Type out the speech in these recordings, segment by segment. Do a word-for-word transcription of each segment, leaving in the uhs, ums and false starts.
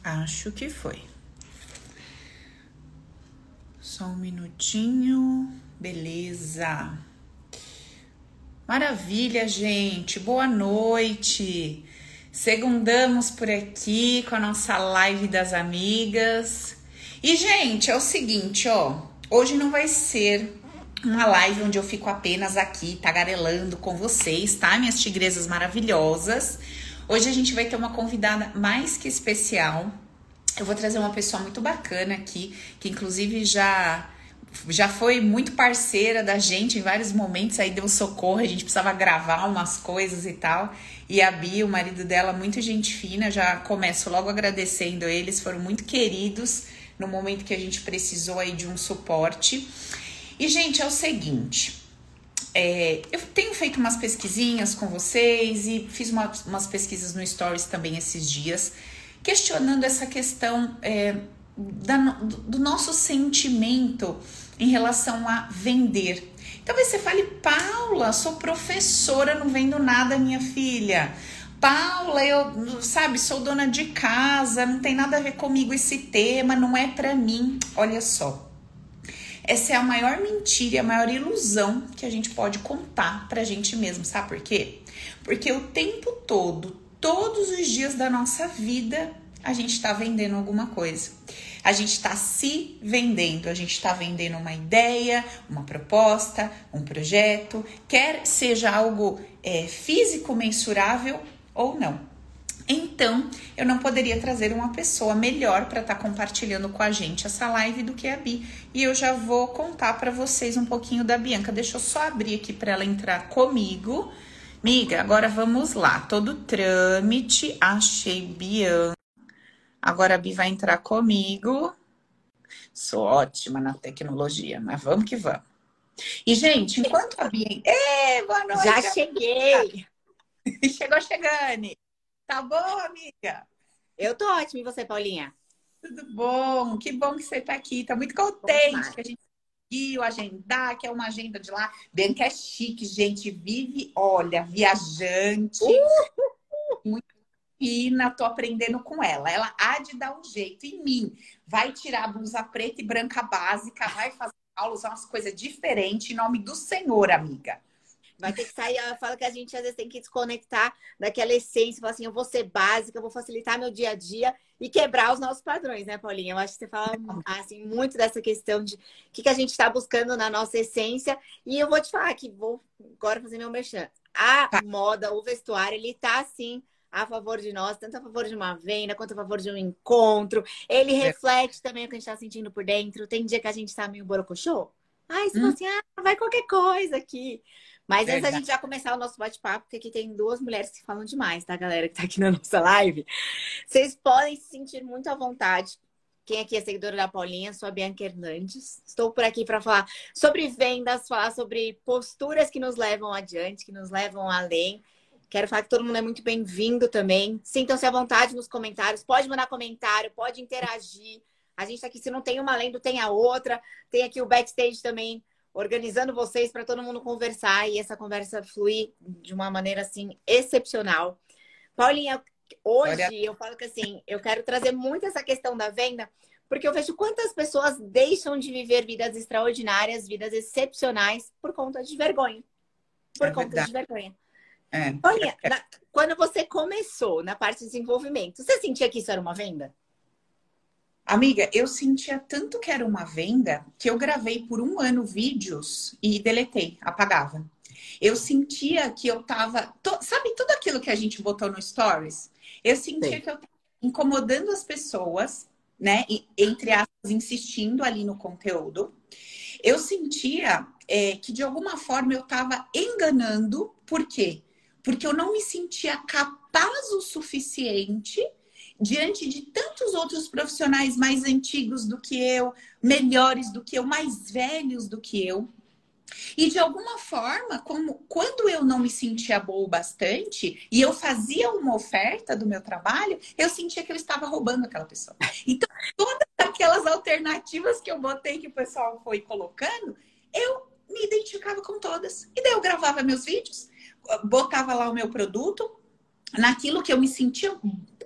Acho que foi. Só um minutinho. Beleza. Maravilha, gente. Boa noite. Segundamos por aqui com a nossa live das amigas. E, gente, é o seguinte, ó. Hoje não vai ser uma live onde eu fico apenas aqui tagarelando com vocês, tá? Minhas tigresas maravilhosas. Hoje a gente vai ter uma convidada mais que especial. Eu vou trazer uma pessoa muito bacana aqui, que inclusive já, já foi muito parceira da gente em vários momentos, aí deu socorro, a gente precisava gravar umas coisas e tal. E a Bia, o marido dela, muito gente fina, já começo logo agradecendo eles, foram muito queridos no momento que a gente precisou aí de um suporte. E, gente, é o seguinte... É, eu tenho feito umas pesquisinhas com vocês e fiz uma, umas pesquisas no Stories também esses dias, questionando essa questão é, da, do, do nosso sentimento em relação a vender. Talvez você fale, Paula, sou professora, não vendo nada, minha filha. Paula, eu, sabe, sou dona de casa, não tem nada a ver comigo esse tema, não é pra mim. Olha só. Essa é a maior mentira e a maior ilusão que a gente pode contar pra gente mesmo, sabe por quê? Porque o tempo todo, todos os dias da nossa vida, a gente tá vendendo alguma coisa. A gente tá se vendendo, a gente tá vendendo uma ideia, uma proposta, um projeto, quer seja algo é, físico, mensurável ou não. Então, eu não poderia trazer uma pessoa melhor para estar tá compartilhando com a gente essa live do que a Bi. E eu já vou contar para vocês um pouquinho da Bianca. Deixa eu só abrir aqui para ela entrar comigo. Miga, agora vamos lá. Todo trâmite, achei Bianca. Agora a Bi vai entrar comigo. Sou ótima na tecnologia, mas vamos que vamos. E, gente, enquanto a Bi... Ei, boa noite! Já cheguei! Chegou chegando! Tá bom, amiga? Eu tô ótima. E você, Paulinha? Tudo bom? Que bom que você tá aqui. Tá muito contente que a gente conseguiu agendar, que é uma agenda de lá. Bianca é chique, gente. Vive, olha, viajante. Uh! Muito fina. Tô aprendendo com ela. Ela há de dar um jeito em mim. Vai tirar a blusa preta e branca básica, vai fazer aula, usar umas coisas diferentes em nome do Senhor, amiga. Vai ter que sair, ela fala que a gente às vezes tem que desconectar daquela essência, falar assim, eu vou ser básica, eu vou facilitar meu dia a dia e quebrar os nossos padrões, né, Paulinha? Eu acho que você fala assim, muito dessa questão de o que, que a gente está buscando na nossa essência. E eu vou te falar que vou agora fazer meu merchan. A moda, o vestuário, ele tá assim a favor de nós, tanto a favor de uma venda quanto a favor de um encontro. Ele reflete também o que a gente tá sentindo por dentro. Tem dia que a gente tá meio borocochô. Ai, você hum. fala assim, ah, vai qualquer coisa aqui. Mas antes da gente já começar o nosso bate-papo, porque aqui tem duas mulheres que falam demais, tá, galera, que tá aqui na nossa live. Vocês podem se sentir muito à vontade. Quem aqui é seguidora da Paulinha, sou a Bianca Hernandes. Estou por aqui para falar sobre vendas, falar sobre posturas que nos levam adiante, que nos levam além. Quero falar que todo mundo é muito bem-vindo também. Sintam-se à vontade nos comentários. Pode mandar comentário, pode interagir. A gente tá aqui, se não tem uma lendo, tem a outra. Tem aqui o backstage também, organizando vocês para todo mundo conversar e essa conversa fluir de uma maneira, assim, excepcional. Paulinha, hoje Olha. eu falo que, assim, eu quero trazer muito essa questão da venda, porque eu vejo quantas pessoas deixam de viver vidas extraordinárias, vidas excepcionais, por conta de vergonha. Por é conta verdade. de vergonha. É. Paulinha, na, quando você começou na parte de desenvolvimento, você sentia que isso era uma venda? Amiga, eu sentia tanto que era uma venda que eu gravei por um ano vídeos e deletei, apagava. Eu sentia que eu tava... To, sabe tudo aquilo que a gente botou no Stories? Eu sentia Sim. que eu tava incomodando as pessoas, né? E, entre aspas, insistindo ali no conteúdo. Eu sentia é, que, de alguma forma, eu tava enganando. Por quê? Porque eu não me sentia capaz o suficiente... diante de tantos outros profissionais mais antigos do que eu, melhores do que eu, mais velhos do que eu. E de alguma forma, como, quando eu não me sentia boa o bastante e eu fazia uma oferta do meu trabalho, eu sentia que eu estava roubando aquela pessoa. Então, todas aquelas alternativas que eu botei, que o pessoal foi colocando, eu me identificava com todas. E daí eu gravava meus vídeos, botava lá o meu produto, naquilo que eu me sentia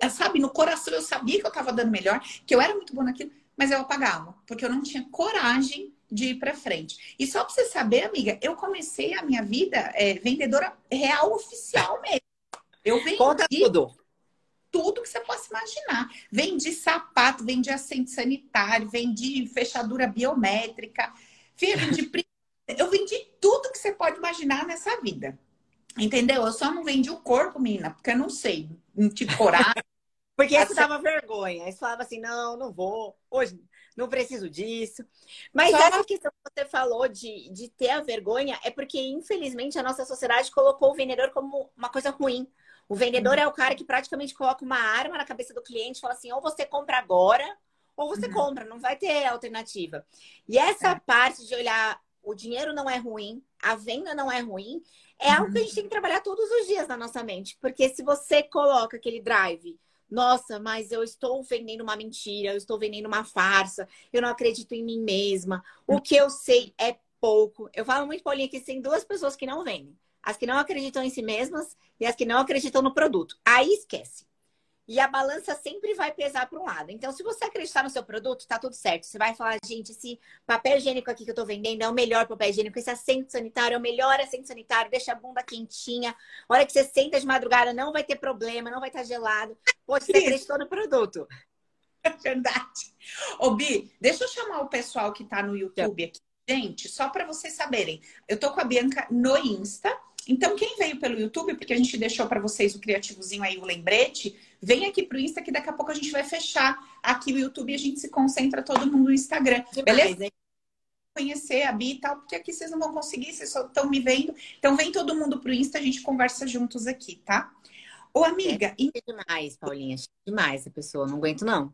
sabe, no coração eu sabia que eu estava dando melhor, que eu era muito boa naquilo, mas eu apagava, porque eu não tinha coragem de ir para frente. E só para você saber, amiga, eu comecei a minha vida é, vendedora real oficial mesmo. Eu Conta vendi tudo. tudo que você possa imaginar. Vendi sapato, vendi assento sanitário, vendi fechadura biométrica, filha, vendi pri- eu vendi tudo que você pode imaginar nessa vida. Entendeu? Eu só não vendi o corpo, menina, porque eu não sei. Não tive coragem. Porque isso dava vergonha. Aí você falava assim, não, não vou. Hoje não preciso disso. Mas Só essa questão que você falou de, de ter a vergonha é porque, infelizmente, a nossa sociedade colocou o vendedor como uma coisa ruim. O vendedor é o cara que praticamente coloca uma arma na cabeça do cliente e fala assim, ou você compra agora, ou você Uhum. compra, não vai ter alternativa. E essa É. parte de olhar, o dinheiro não é ruim, a venda não é ruim, é Uhum. algo que a gente tem que trabalhar todos os dias na nossa mente. Porque se você coloca aquele drive, nossa, mas eu estou vendendo uma mentira, eu estou vendendo uma farsa, eu não acredito em mim mesma, o que eu sei é pouco. Eu falo muito, Paulinha, que tem duas pessoas que não vendem. As que não acreditam em si mesmas e as que não acreditam no produto. Aí esquece. E a balança sempre vai pesar para um lado. Então, se você acreditar no seu produto, tá tudo certo. Você vai falar, gente, esse papel higiênico aqui que eu tô vendendo é o melhor papel higiênico. Esse assento sanitário é o melhor assento sanitário. Deixa a bunda quentinha. A hora que você senta de madrugada, não vai ter problema, não vai estar gelado. Poxa, você Isso, acreditou no produto. é verdade. Ô, Bi, deixa eu chamar o pessoal que tá no Então, YouTube aqui. Gente, só para vocês saberem, eu tô com a Bianca no Insta. Então, quem veio pelo YouTube, porque a gente deixou para vocês o criativozinho aí, o lembrete, vem aqui pro Insta que daqui a pouco a gente vai fechar aqui o YouTube e a gente se concentra todo mundo no Instagram. demais, Beleza? hein? Conhecer a Bi e tal, porque aqui vocês não vão conseguir, vocês só estão me vendo. Então, vem todo mundo pro Insta, a gente conversa juntos aqui, tá? Ô, É amiga, e... demais, Paulinha. Demais essa pessoa. Não aguento, não.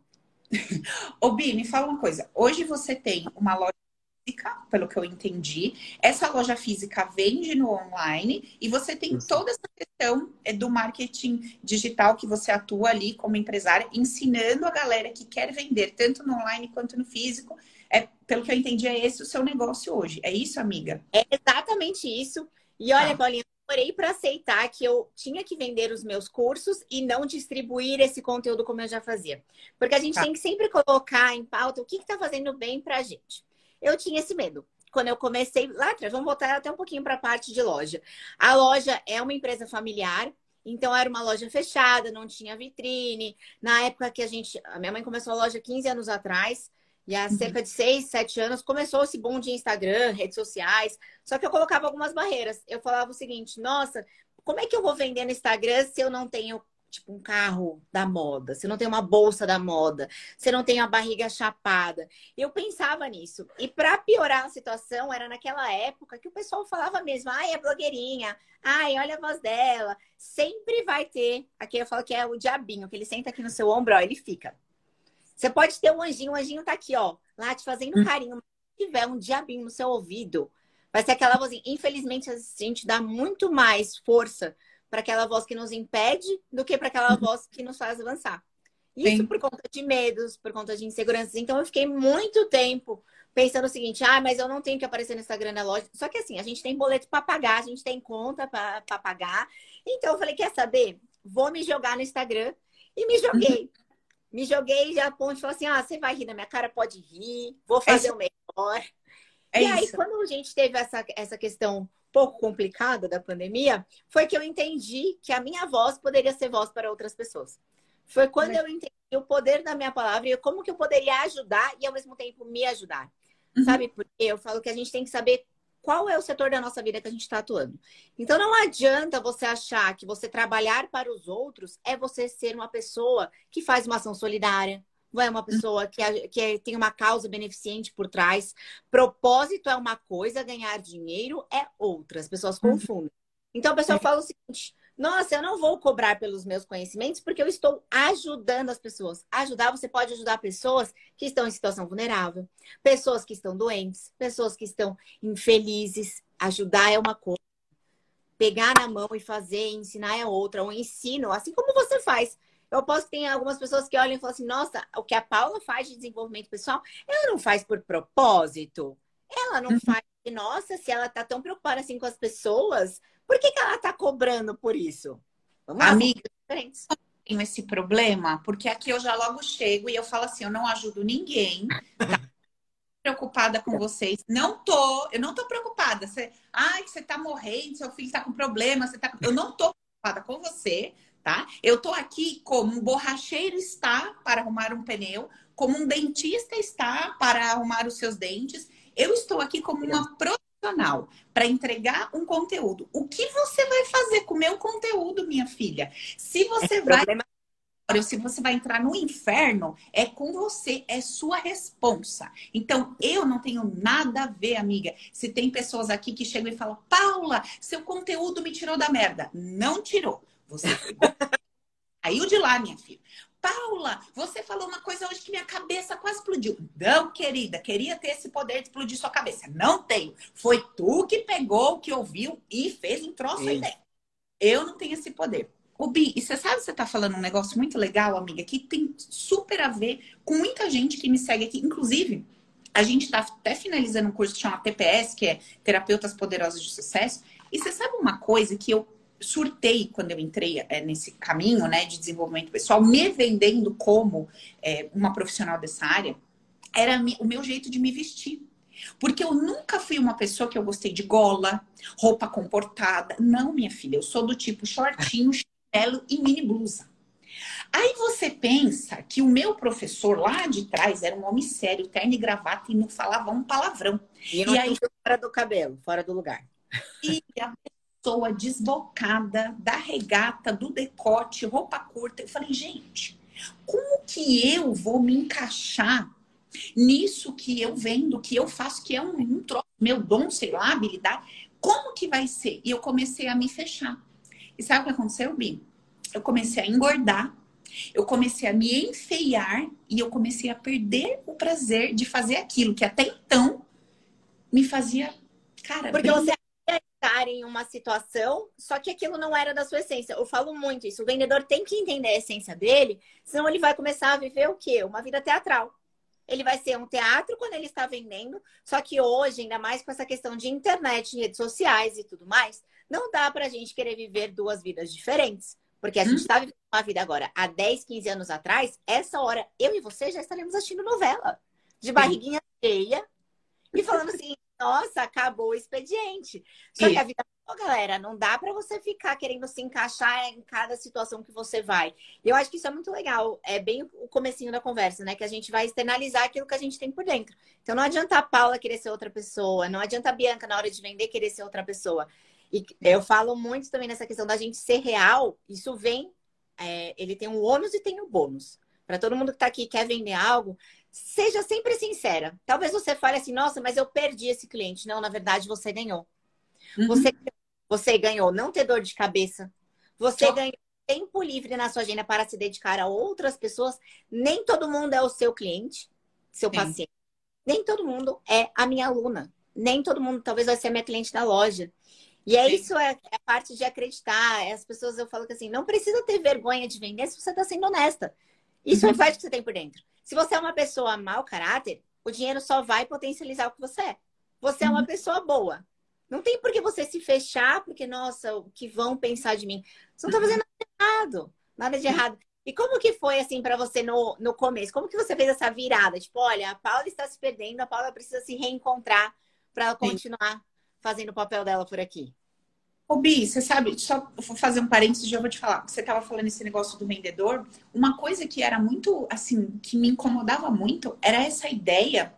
Ô, Bi, me fala uma coisa. Hoje você tem uma loja física, pelo que eu entendi. Essa loja física vende no online e você tem Isso. toda essa questão é, do marketing digital que você atua ali como empresária, ensinando a galera que quer vender tanto no online quanto no físico. É, pelo que eu entendi, é esse o seu negócio hoje. É isso, amiga? É exatamente isso. E olha, Tá. Paulinha, eu demorei para aceitar que eu tinha que vender os meus cursos e não distribuir esse conteúdo como eu já fazia. Porque a gente Tá. tem que sempre colocar em pauta o que está fazendo bem para a gente. Eu tinha esse medo. Quando eu comecei lá atrás, vamos voltar até um pouquinho para a parte de loja. A loja é uma empresa familiar, então era uma loja fechada, não tinha vitrine. Na época que a gente. A minha mãe começou a loja quinze anos atrás. E há Uhum. cerca de seis, sete anos começou esse boom de Instagram, redes sociais. Só que eu colocava algumas barreiras. Eu falava o seguinte: nossa, como é que eu vou vender no Instagram se eu não tenho, tipo, um carro da moda? Se eu não tenho uma bolsa da moda? Se eu não tenho a barriga chapada? Eu pensava nisso. E para piorar a situação, era naquela época que o pessoal falava mesmo: ai, é blogueirinha. Ai, olha a voz dela. Sempre vai ter. Aqui eu falo que é o diabinho, que ele senta aqui no seu ombro, ó, ele fica. Você pode ter um anjinho, o anjinho tá aqui, ó, lá te fazendo carinho. Mas se tiver um diabinho no seu ouvido, vai ser aquela vozinha. Infelizmente, a gente dá muito mais força para aquela voz que nos impede do que para aquela voz que nos faz avançar. Isso Sim. por conta de medos, por conta de inseguranças. Então, eu fiquei muito tempo pensando o seguinte: ah, mas eu não tenho que aparecer no Instagram na loja. Só que assim, a gente tem boleto para pagar, a gente tem conta para pagar. Então, eu falei: quer saber? Vou me jogar no Instagram. E me joguei. Me joguei já a ponte e falei assim: ah, você vai rir da minha cara? Pode rir, vou É fazer isso. o melhor. É E aí, isso. quando a gente teve essa, essa questão um pouco complicada da pandemia, foi que eu entendi que a minha voz poderia ser voz para outras pessoas. Foi quando eu entendi o poder da minha palavra e como que eu poderia ajudar e, ao mesmo tempo, me ajudar. Uhum. Sabe? Porque eu falo que a gente tem que saber qual é o setor da nossa vida que a gente está atuando. Então, não adianta você achar que você trabalhar para os outros é você ser uma pessoa que faz uma ação solidária, não é uma pessoa que, que tem uma causa beneficente por trás. Propósito é uma coisa, ganhar dinheiro é outra. As pessoas confundem. Então, a pessoa fala o seguinte: nossa, eu não vou cobrar pelos meus conhecimentos porque eu estou ajudando as pessoas. Ajudar, você pode ajudar pessoas que estão em situação vulnerável, pessoas que estão doentes, pessoas que estão infelizes. Ajudar é uma coisa. Pegar na mão e fazer, ensinar é outra. O ensino, assim como você faz. Eu posso que tenha algumas pessoas que olham e falam assim: nossa, o que a Paula faz de desenvolvimento pessoal, ela não faz por propósito. Ela não faz. Nossa, se ela tá tão preocupada assim com as pessoas, por que que ela tá cobrando por isso? Vamos lá, são Amiga, coisas diferentes. tenho esse problema? Porque aqui eu já logo chego e eu falo assim, eu não ajudo ninguém, preocupada com vocês. Não tô, eu não tô preocupada. Você, ai, você tá morrendo, seu filho tá com problema, você tá... Eu não tô preocupada com você, tá? Eu tô aqui como um borracheiro está para arrumar um pneu, como um dentista está para arrumar os seus dentes. Eu estou aqui como uma profissional para entregar um conteúdo. O que você vai fazer com o meu conteúdo, minha filha? Se você É vai... problema. Se você vai entrar no inferno, é com você, é sua responsa. Então, eu não tenho nada a ver, amiga. Se tem pessoas aqui que chegam e falam, Paula, seu conteúdo me tirou da merda. Não tirou. Você saiu de lá, minha filha. Paula, você falou uma coisa hoje que minha cabeça quase explodiu. Não, querida, queria ter esse poder de explodir sua cabeça. Não tenho. Foi tu que pegou o que ouviu e fez um troço aí dentro. Eu não tenho esse poder. Ô, Bi, e você sabe, você tá falando um negócio muito legal, amiga, que tem super a ver com muita gente que me segue aqui. Inclusive, a gente tá até finalizando um curso que chama T P S, que é Terapeutas Poderosos de Sucesso. E você sabe uma coisa que eu surtei quando eu entrei é, nesse caminho, né, de desenvolvimento pessoal, me vendendo como é, uma profissional dessa área, era o meu jeito de me vestir. Porque eu nunca fui uma pessoa que eu gostei de gola, roupa comportada. Não, minha filha, eu sou do tipo shortinho, chinelo e mini blusa. Aí você pensa que o meu professor lá de trás era um homem sério, terno e gravata e não falava um palavrão. E não e aí fora do cabelo, fora do lugar. E a pessoa desbocada, da regata, do decote, roupa curta. Eu falei, gente, como que eu vou me encaixar nisso que eu vendo, que eu faço, que é um, um troço, meu dom, sei lá, habilidade? Como que vai ser? E eu comecei a me fechar. E sabe o que aconteceu, Bi? Eu comecei a engordar, eu comecei a me enfeiar e eu comecei a perder o prazer de fazer aquilo que até então me fazia, cara... Porque bem... você ia estar em uma situação, só que aquilo não era da sua essência. Eu falo muito isso. O vendedor tem que entender a essência dele, senão ele vai começar a viver o quê? Uma vida teatral. Ele vai ser um teatro quando ele está vendendo, só que hoje, ainda mais com essa questão de internet, redes sociais e tudo mais, não dá pra gente querer viver duas vidas diferentes. Porque a gente está vivendo uma vida agora, há dez, quinze anos atrás, essa hora, eu e você já estaremos assistindo novela. De barriguinha cheia e falando assim, nossa, acabou o expediente. Só que a vida, oh, galera, não dá pra você ficar querendo se encaixar em cada situação que você vai. E eu acho que isso é muito legal. É bem o comecinho da conversa, né? Que a gente vai externalizar aquilo que a gente tem por dentro. Então não adianta a Paula querer ser outra pessoa, não adianta a Bianca na hora de vender querer ser outra pessoa. E eu falo muito também nessa questão da gente ser real. Isso vem, é, ele tem um ônus e tem um bônus. Para todo mundo que tá aqui e quer vender algo, seja sempre sincera. Talvez você fale assim, nossa, mas eu perdi esse cliente. Não, na verdade, você ganhou. Uhum. Você, você ganhou não ter dor de cabeça. Você oh. ganhou tempo livre na sua agenda para se dedicar a outras pessoas. Nem todo mundo é o seu cliente, seu Sim. paciente. Nem todo mundo é a minha aluna. Nem todo mundo talvez vai ser a minha cliente da loja. E é Sim. isso, é a parte de acreditar. As pessoas, eu falo que assim, não precisa ter vergonha de vender se você está sendo honesta. Isso uhum. reflete o que você tem por dentro. Se você é uma pessoa mau caráter, o dinheiro só vai potencializar o que você é. Você uhum. é uma pessoa boa. Não tem por que você se fechar, porque, nossa, o que vão pensar de mim? Você não tá fazendo nada de errado. Nada de errado. E como que foi, assim, para você no, no começo? Como que você fez essa virada? Tipo, olha, a Paula está se perdendo, a Paula precisa se reencontrar para continuar Sim. fazendo o papel dela por aqui. Ô, Bi, você sabe, só vou fazer um parênteses e já vou te falar. Você estava falando esse negócio do vendedor. Uma coisa que era muito, assim, que me incomodava muito era essa ideia.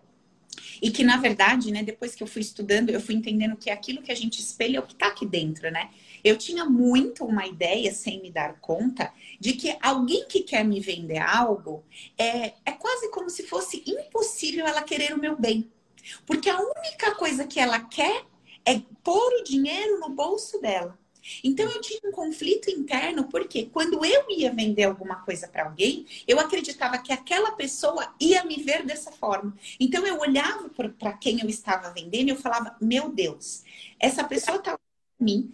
E que, na verdade, né, depois que eu fui estudando, eu fui entendendo que aquilo que a gente espelha é o que está aqui dentro, né? Eu tinha muito uma ideia, sem me dar conta, de que alguém que quer me vender algo é, é quase como se fosse impossível ela querer o meu bem. Porque a única coisa que ela quer é pôr o dinheiro no bolso dela. Então eu tinha um conflito interno, porque quando eu ia vender alguma coisa para alguém, eu acreditava que aquela pessoa ia me ver dessa forma. Então eu olhava para quem eu estava vendendo e eu falava, meu Deus, essa pessoa tá com mim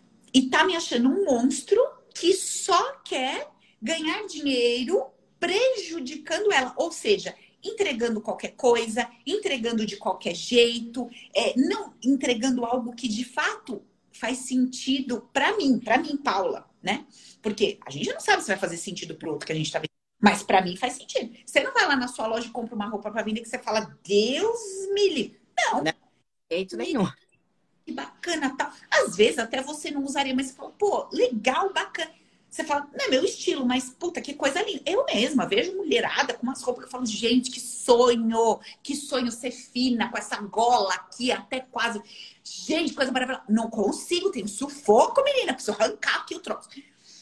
e tá me achando um monstro que só quer ganhar dinheiro prejudicando ela. Ou seja, entregando qualquer coisa, entregando de qualquer jeito, é, não entregando algo que de fato faz sentido para mim, para mim, Paula. né? Porque a gente não sabe se vai fazer sentido pro outro que a gente tá vendo. Mas pra mim faz sentido. Você não vai lá na sua loja e compra uma roupa pra vender que você fala, Deus me livre. Não. Não, de jeito nenhum. Que bacana, tal. Às vezes até você não usaria, mas você fala, pô, legal, bacana. Você fala, não é meu estilo, mas puta, que coisa linda. Eu mesma vejo mulherada com umas roupas que eu falo, gente, que sonho, que sonho ser fina, com essa gola aqui, até quase. Gente, coisa maravilhosa. Não consigo, tenho sufoco, menina, preciso arrancar aqui o troço.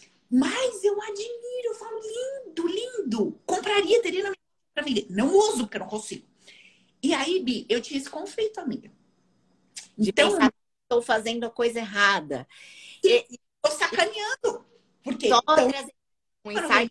Mas eu admiro, eu falo, lindo, lindo. Compraria, teria na minha pra vender. Não uso, porque eu não consigo. E aí, Bi, eu tinha esse conflito, amiga. De Então, pensar que estou fazendo a coisa errada. E tô sacaneando. Porque só tão... trazer um insight.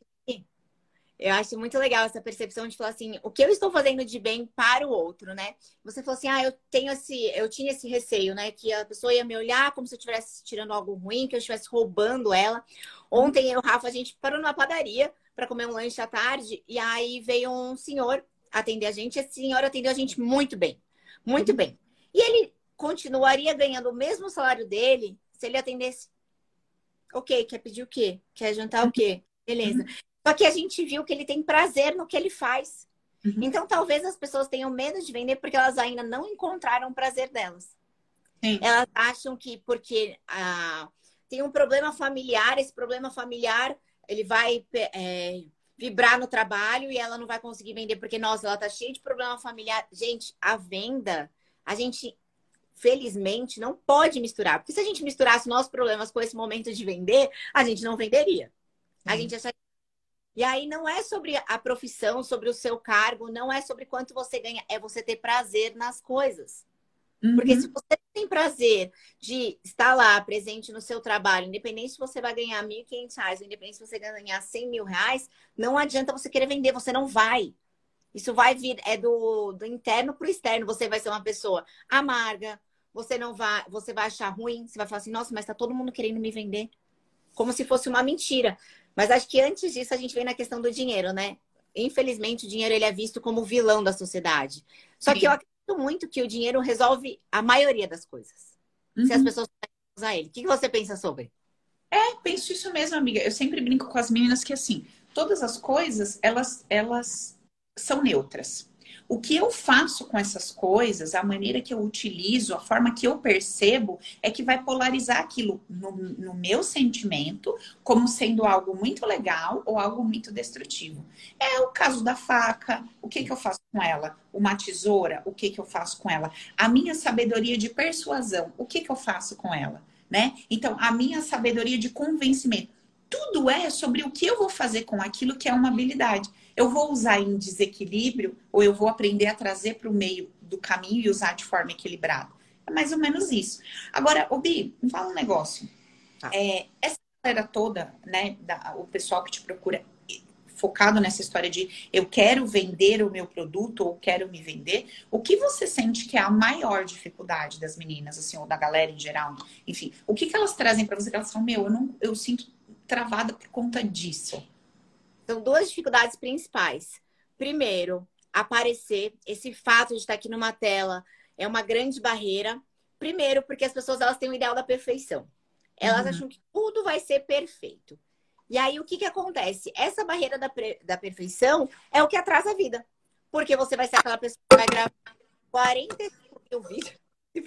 Eu acho muito legal essa percepção de falar assim, o que eu estou fazendo de bem para o outro, né? Você falou assim, ah, eu tenho esse, eu tinha esse receio, né? Que a pessoa ia me olhar como se eu estivesse tirando algo ruim, que eu estivesse roubando ela. Ontem eu e o Rafa, a gente parou numa padaria para comer um lanche à tarde, e aí veio um senhor atender a gente. Esse senhor atendeu a gente muito bem, muito Uhum. bem. E ele continuaria ganhando o mesmo salário dele se ele atendesse. Ok, quer pedir o quê? Quer jantar o quê? Beleza. Só que a gente viu que ele tem prazer no que ele faz. Uhum. Então, talvez as pessoas tenham medo de vender porque elas ainda não encontraram o prazer delas. Sim. Elas acham que porque ah, tem um problema familiar, esse problema familiar, ele vai é, vibrar no trabalho e ela não vai conseguir vender porque, nossa, ela tá cheia de problema familiar. Gente, a venda, a gente... felizmente, não pode misturar. Porque se a gente misturasse nossos problemas com esse momento de vender, a gente não venderia. A Sim. gente acha... E aí não é sobre a profissão, sobre o seu cargo, não é sobre quanto você ganha, é você ter prazer nas coisas. Uhum. Porque se você tem prazer de estar lá presente no seu trabalho, independente se você vai ganhar mil e quinhentos reais, ou independente se você vai ganhar cem mil reais, não adianta você querer vender, você não vai. Isso vai vir, é do, do interno para o externo. Você vai ser uma pessoa amarga, você não vai, você vai achar ruim, você vai falar assim, nossa, mas tá todo mundo querendo me vender. Como se fosse uma mentira. Mas acho que antes disso a gente vem na questão do dinheiro, né? Infelizmente, o dinheiro ele é visto como o vilão da sociedade. Só Sim. que eu acredito muito que o dinheiro resolve a maioria das coisas. Uhum. Se as pessoas usar ele. O que você pensa sobre? É, penso isso mesmo, amiga. Eu sempre brinco com as meninas que, assim, todas as coisas, elas, elas são neutras. O que eu faço com essas coisas, a maneira que eu utilizo, a forma que eu percebo, é que vai polarizar aquilo no, no meu sentimento como sendo algo muito legal ou algo muito destrutivo. É o caso da faca. O que, que eu faço com ela? Uma tesoura. O que, que eu faço com ela? A minha sabedoria de persuasão. O que, que eu faço com ela? Né? Então, a minha sabedoria de convencimento. Tudo é sobre o que eu vou fazer com aquilo que é uma habilidade. Eu vou usar em desequilíbrio ou eu vou aprender a trazer para o meio do caminho e usar de forma equilibrada. É mais ou menos isso. Agora, Obi, me fala um negócio. Ah. É, essa galera toda, né, da, o pessoal que te procura focado nessa história de eu quero vender o meu produto ou quero me vender, o que você sente que é a maior dificuldade das meninas, assim, ou da galera em geral? Enfim, o que, que elas trazem para você que elas falam, meu, eu, não, eu sinto travada por conta disso? São duas dificuldades principais. Primeiro, aparecer. Esse fato de estar aqui numa tela é uma grande barreira. Primeiro, porque as pessoas elas têm o ideal da perfeição. Elas uhum. acham que tudo vai ser perfeito. E aí, o que, que acontece? Essa barreira da, da perfeição é o que atrasa a vida. Porque você vai ser aquela pessoa que vai gravar quarenta e cinco mil vídeos.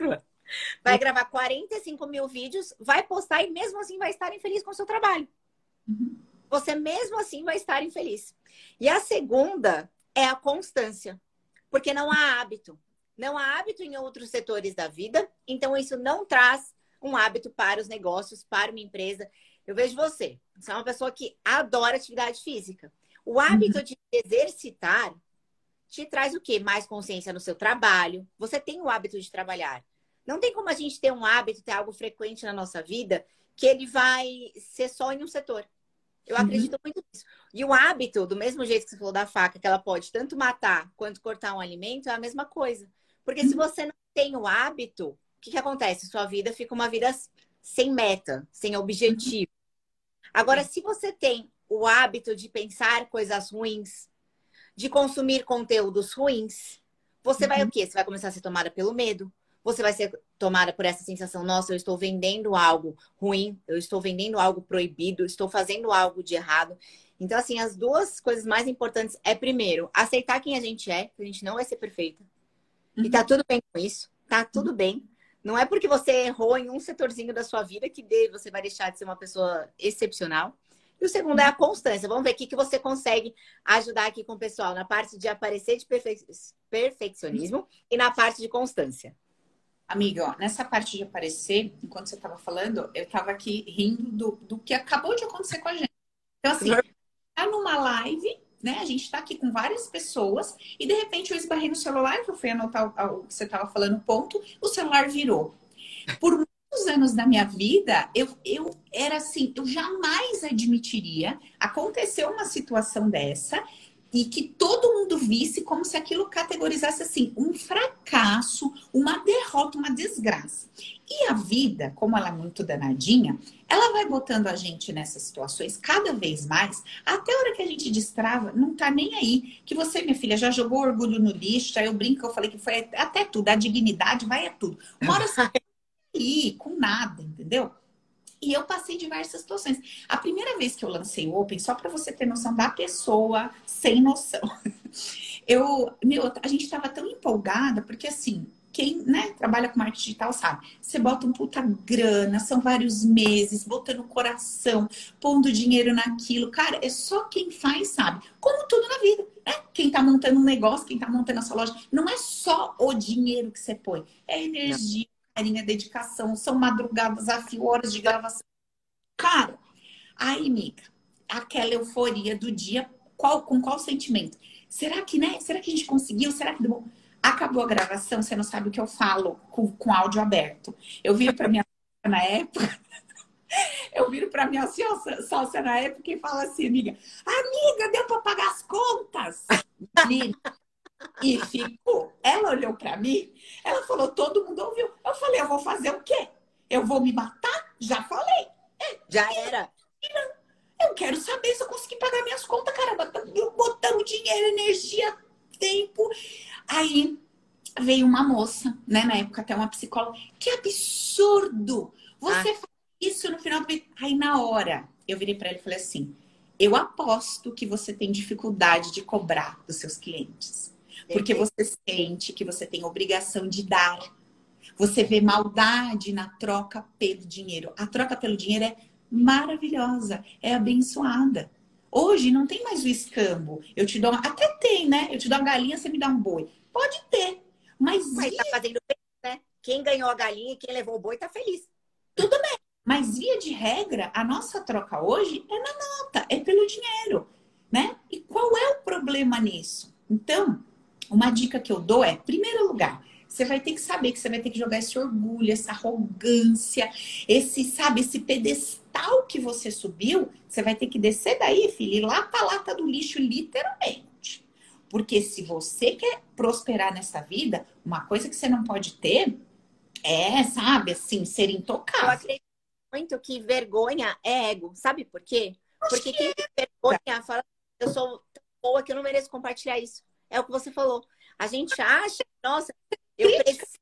Vai gravar quarenta e cinco mil vídeos, vai postar e mesmo assim vai estar infeliz com o seu trabalho. Uhum. Você mesmo assim vai estar infeliz. E a segunda é a constância. Porque não há hábito. Não há hábito em outros setores da vida. Então, isso não traz um hábito para os negócios, para uma empresa. Eu vejo você. Você é uma pessoa que adora atividade física. O hábito uhum. de exercitar te traz o quê? Mais consciência no seu trabalho. Você tem o hábito de trabalhar. Não tem como a gente ter um hábito, ter algo frequente na nossa vida, que ele vai ser só em um setor. Eu uhum. acredito muito nisso. E o hábito, do mesmo jeito que você falou da faca, que ela pode tanto matar quanto cortar um alimento, é a mesma coisa. Porque uhum. se você não tem o hábito, o que, que acontece? Sua vida fica uma vida sem meta, sem objetivo. Uhum. Agora, se você tem o hábito de pensar coisas ruins, de consumir conteúdos ruins, você uhum. vai o quê? Você vai começar a ser tomada pelo medo. você vai ser tomada por essa sensação, nossa, eu estou vendendo algo ruim, eu estou vendendo algo proibido, eu estou fazendo algo de errado. Então, assim, as duas coisas mais importantes é, primeiro, aceitar quem a gente é, que a gente não vai ser perfeita. Uhum. E tá tudo bem com isso, tá tudo uhum. bem. Não é porque você errou em um setorzinho da sua vida que você vai deixar de ser uma pessoa excepcional. E o segundo é a constância. Vamos ver o que você consegue ajudar aqui com o pessoal na parte de aparecer de perfe... perfeccionismo e na parte de constância. Amiga, ó, nessa parte de aparecer, enquanto você estava falando, eu estava aqui rindo do, do que acabou de acontecer com a gente. Então, assim, tá numa live, né? A gente está aqui com várias pessoas e, de repente, eu esbarrei no celular, que eu fui anotar o, o que você estava falando, ponto, o celular virou. Por muitos anos da minha vida, eu, eu era assim, eu jamais admitiria acontecer uma situação dessa e que todo mundo visse como se aquilo categorizasse assim, um fracasso, uma derrota, uma desgraça. E a vida, como ela é muito danadinha, ela vai botando a gente nessas situações cada vez mais, até a hora que a gente destrava, não tá nem aí. Que você, minha filha, já jogou orgulho no lixo, aí eu brinco, eu falei que foi até tudo, a dignidade vai é tudo. Uma hora você ir com nada, entendeu? E eu passei diversas situações. A primeira vez que eu lancei o Open, só para você ter noção da pessoa sem noção, eu, meu, a gente estava tão empolgada, porque assim, quem, né, trabalha com marketing digital sabe, você bota um puta grana, são vários meses, botando coração, pondo dinheiro naquilo. Cara, é só quem faz, sabe? Como tudo na vida, né? Quem tá montando um negócio, quem tá montando a sua loja, não é só o dinheiro que você põe, é energia. Carinha, dedicação, são madrugadas, a fio, horas de gravação. Cara, aí, amiga, aquela euforia do dia, qual, com qual sentimento? Será que, né? Será que a gente conseguiu? Será que deu bom? Acabou a gravação, você não sabe o que eu falo com, com áudio aberto. Eu viro pra minha sócia na época, eu viro pra minha sócia na época e falo assim, amiga, amiga, deu pra pagar as contas? E ficou. Ela olhou pra mim, ela falou, todo mundo ouviu. Eu falei, eu vou fazer o quê? Eu vou me matar? Já falei. É, Já era. Eu quero saber se eu consegui pagar minhas contas, caramba. Eu botando dinheiro, energia, tempo. Aí veio uma moça, né? Na época até uma psicóloga. Que absurdo! Você ah. faz isso no final do mês. Aí na hora, eu virei pra ela e falei assim, eu aposto que você tem dificuldade de cobrar dos seus clientes. Porque você sente que você tem obrigação de dar. Você vê maldade na troca pelo dinheiro. A troca pelo dinheiro é maravilhosa, é abençoada. Hoje não tem mais o escambo. Eu te dou uma... Até tem, né? Eu te dou uma galinha, você me dá um boi. Pode ter. Mas, mas tá fazendo bem, né? Quem ganhou a galinha e quem levou o boi tá feliz. Tudo bem. Mas via de regra, a nossa troca hoje é na nota, é pelo dinheiro, né? E qual é o problema nisso? Então, uma dica que eu dou é, em primeiro lugar, você vai ter que saber que você vai ter que jogar esse orgulho, essa arrogância, esse, sabe, esse pedestal que você subiu, você vai ter que descer daí, filho, e lá pra lata do lixo, literalmente. Porque se você quer prosperar nessa vida, uma coisa que você não pode ter é, sabe, assim, ser intocável. Eu acredito muito que vergonha é ego. Sabe por quê? Porque quem tem vergonha fala, eu sou tão boa que eu não mereço compartilhar isso. É o que você falou. A gente acha, nossa, eu preciso,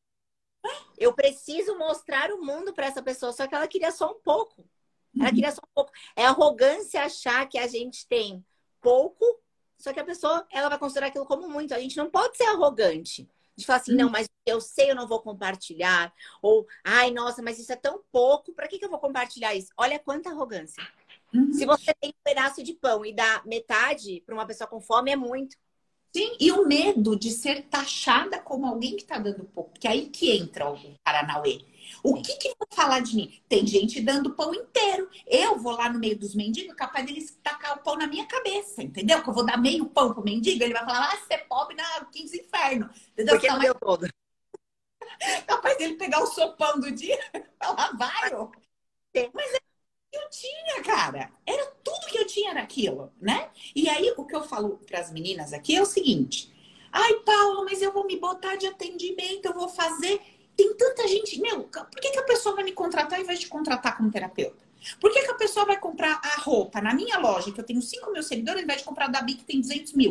eu preciso mostrar o mundo para essa pessoa, só que ela queria só um pouco. Ela queria só um pouco. É arrogância achar que a gente tem pouco, só que a pessoa, ela vai considerar aquilo como muito. A gente não pode ser arrogante. De falar assim, não, mas eu sei, eu não vou compartilhar. Ou, ai, nossa, mas isso é tão pouco, para que que eu vou compartilhar isso? Olha quanta arrogância. Uhum. Se você tem um pedaço de pão e dá metade para uma pessoa com fome, é muito. Sim, e o medo de ser taxada como alguém que tá dando pouco. Porque aí que entra o Paranauê. O que que vão falar de mim? Tem gente dando pão inteiro. Eu vou lá no meio dos mendigos, capaz deles tacar o pão na minha cabeça, entendeu? Que eu vou dar meio pão pro mendigo, ele vai falar, ah, você é pobre na quinze inferno. Entendeu? Porque não deu todo. Capaz dele pegar o sopão do dia e falar, vai, ó. Mas é eu tinha, cara. Era tudo que eu tinha era aquilo, né? E aí, o que eu falo para as meninas aqui é o seguinte. Ai, Paula, mas eu vou me botar de atendimento, eu vou fazer... Tem tanta gente... Meu, por que que a pessoa vai me contratar ao invés de contratar como terapeuta? Por que que a pessoa vai comprar a roupa na minha loja, que eu tenho cinco mil seguidores, ao invés de comprar da Bi, que tem duzentos mil?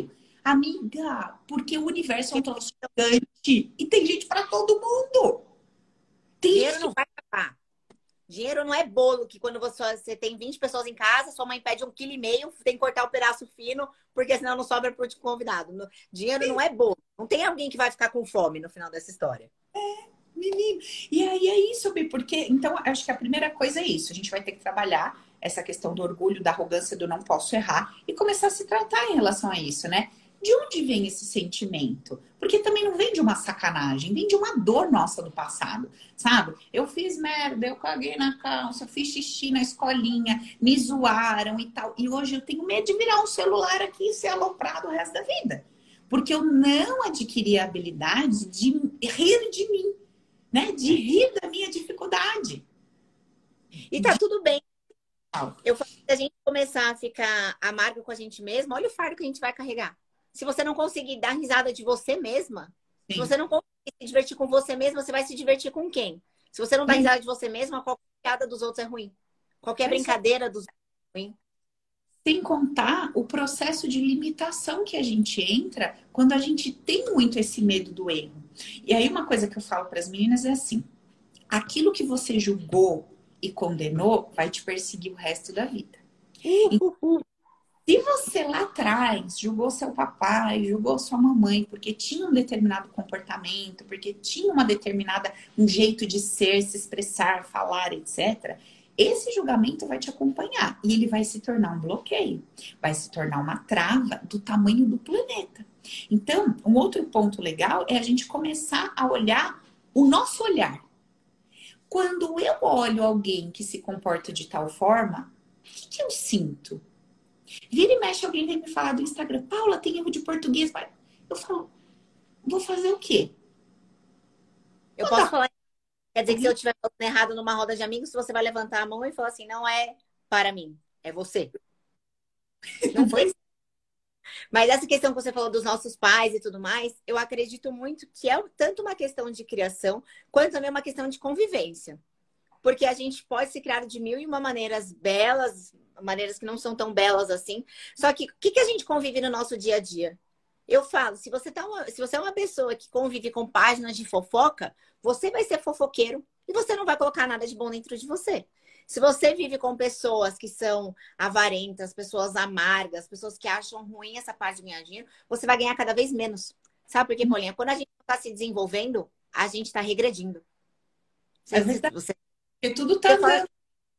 Amiga, porque o universo é um troço gigante e tem gente para todo mundo. Tem Dinheiro gente... não vai acabar. Dinheiro não é bolo, que quando você, você tem vinte pessoas em casa, sua mãe pede um quilo e meio, tem que cortar o pedaço fino, porque senão não sobra para o convidado. Dinheiro não é bolo. Não tem alguém que vai ficar com fome no final dessa história. É, menino. E aí é isso, Bi, porque... Então, acho que a primeira coisa é isso. A gente vai ter que trabalhar essa questão do orgulho, da arrogância, do não posso errar, e começar a se tratar em relação a isso, né? De onde vem esse sentimento? Porque também não vem de uma sacanagem, vem de uma dor nossa do passado, sabe? Eu fiz merda, eu caguei na calça, eu fiz xixi na escolinha, me zoaram e tal. E hoje eu tenho medo de virar um celular aqui e ser aloprado o resto da vida. Porque eu não adquiri a habilidade de rir de mim, né? De rir da minha dificuldade. E tá tudo bem. Eu falo que se a gente começar a ficar amargo com a gente mesma, olha o fardo que a gente vai carregar. Se você não conseguir dar risada de você mesma, Sim. se você não conseguir se divertir com você mesma, você vai se divertir com quem? Se você não dá risada de você mesma, qualquer piada dos outros é ruim. Qualquer Mas brincadeira dos outros é ruim. Sem contar o processo de limitação que a gente entra quando a gente tem muito esse medo do erro. E aí uma coisa que eu falo para as meninas é assim, aquilo que você julgou e condenou vai te perseguir o resto da vida. Então, se você lá atrás julgou seu papai, julgou sua mamãe, porque tinha um determinado comportamento, porque tinha uma determinada, um jeito de ser, se expressar, falar, etcétera, esse julgamento vai te acompanhar e ele vai se tornar um bloqueio, vai se tornar uma trava do tamanho do planeta. Então, um outro ponto legal é a gente começar a olhar o nosso olhar. Quando eu olho alguém que se comporta de tal forma, o que, que eu sinto? Vira e mexe, alguém vem me falar do Instagram, Paula, tem erro de português. Eu falo, vou fazer o quê? Eu posso falar, quer dizer que se eu estiver falando errado numa roda de amigos, você vai levantar a mão e falar assim, não é para mim, é você. Não foi. Mas essa questão que você falou dos nossos pais e tudo mais, eu acredito muito que é tanto uma questão de criação, quanto também uma questão de convivência. Porque a gente pode se criar de mil e uma maneiras belas, maneiras que não são tão belas assim. Só que o que, que a gente convive no nosso dia a dia? Eu falo, se você, tá uma, se você é uma pessoa que convive com páginas de fofoca, você vai ser fofoqueiro e você não vai colocar nada de bom dentro de você. Se você vive com pessoas que são avarentas, pessoas amargas, pessoas que acham ruim essa parte de ganhar dinheiro, você vai ganhar cada vez menos. Sabe por quê, Paulinha? Quando a gente está se desenvolvendo, a gente está regredindo. Você, é verdade. Você... Porque tudo está andando.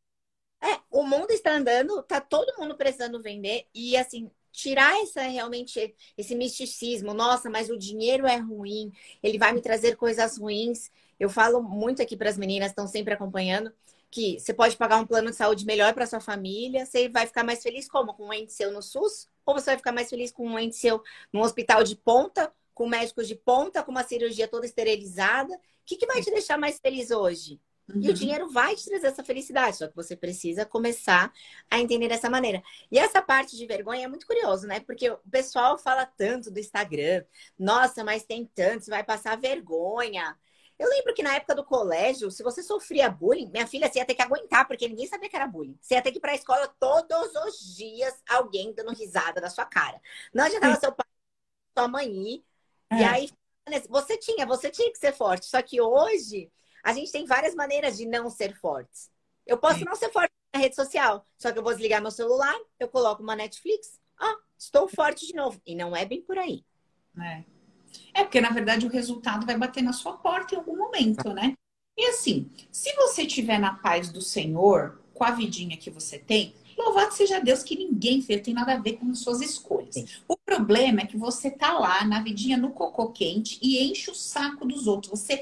É, o mundo está andando, tá todo mundo precisando vender e assim, tirar essa realmente esse misticismo, nossa, mas o dinheiro é ruim, ele vai me trazer coisas ruins. Eu falo muito aqui para as meninas, estão sempre acompanhando, que você pode pagar um plano de saúde melhor para sua família, você vai ficar mais feliz como? Com um ente seu no SUS? Ou você vai ficar mais feliz com um ente seu num hospital de ponta, com médicos de ponta, com uma cirurgia toda esterilizada? O que, que vai te deixar mais feliz hoje? Uhum. E o dinheiro vai te trazer essa felicidade, só que você precisa começar a entender dessa maneira. E essa parte de vergonha é muito curioso, né? Porque o pessoal fala tanto do Instagram. Nossa, mas tem tanto, você vai passar vergonha. Eu lembro que na época do colégio, se você sofria bullying, minha filha, você ia ter que aguentar, porque ninguém sabia que era bullying. Você ia ter que ir pra escola todos os dias, alguém dando risada da sua cara. Não adiantava seu pai, sua mãe ir. É. E aí, você tinha, você tinha que ser forte. Só que hoje... a gente tem várias maneiras de não ser fortes. Eu posso é. não ser forte na rede social, só que eu vou desligar meu celular, eu coloco uma Netflix, ah, estou forte de novo. E não é bem por aí. É. é porque, na verdade, o resultado vai bater na sua porta em algum momento, né? E assim, se você estiver na paz do Senhor, com a vidinha que você tem, louvado seja Deus que ninguém fez, tem nada a ver com as suas escolhas. Sim. O problema é que você tá lá na vidinha no cocô quente e enche o saco dos outros. Você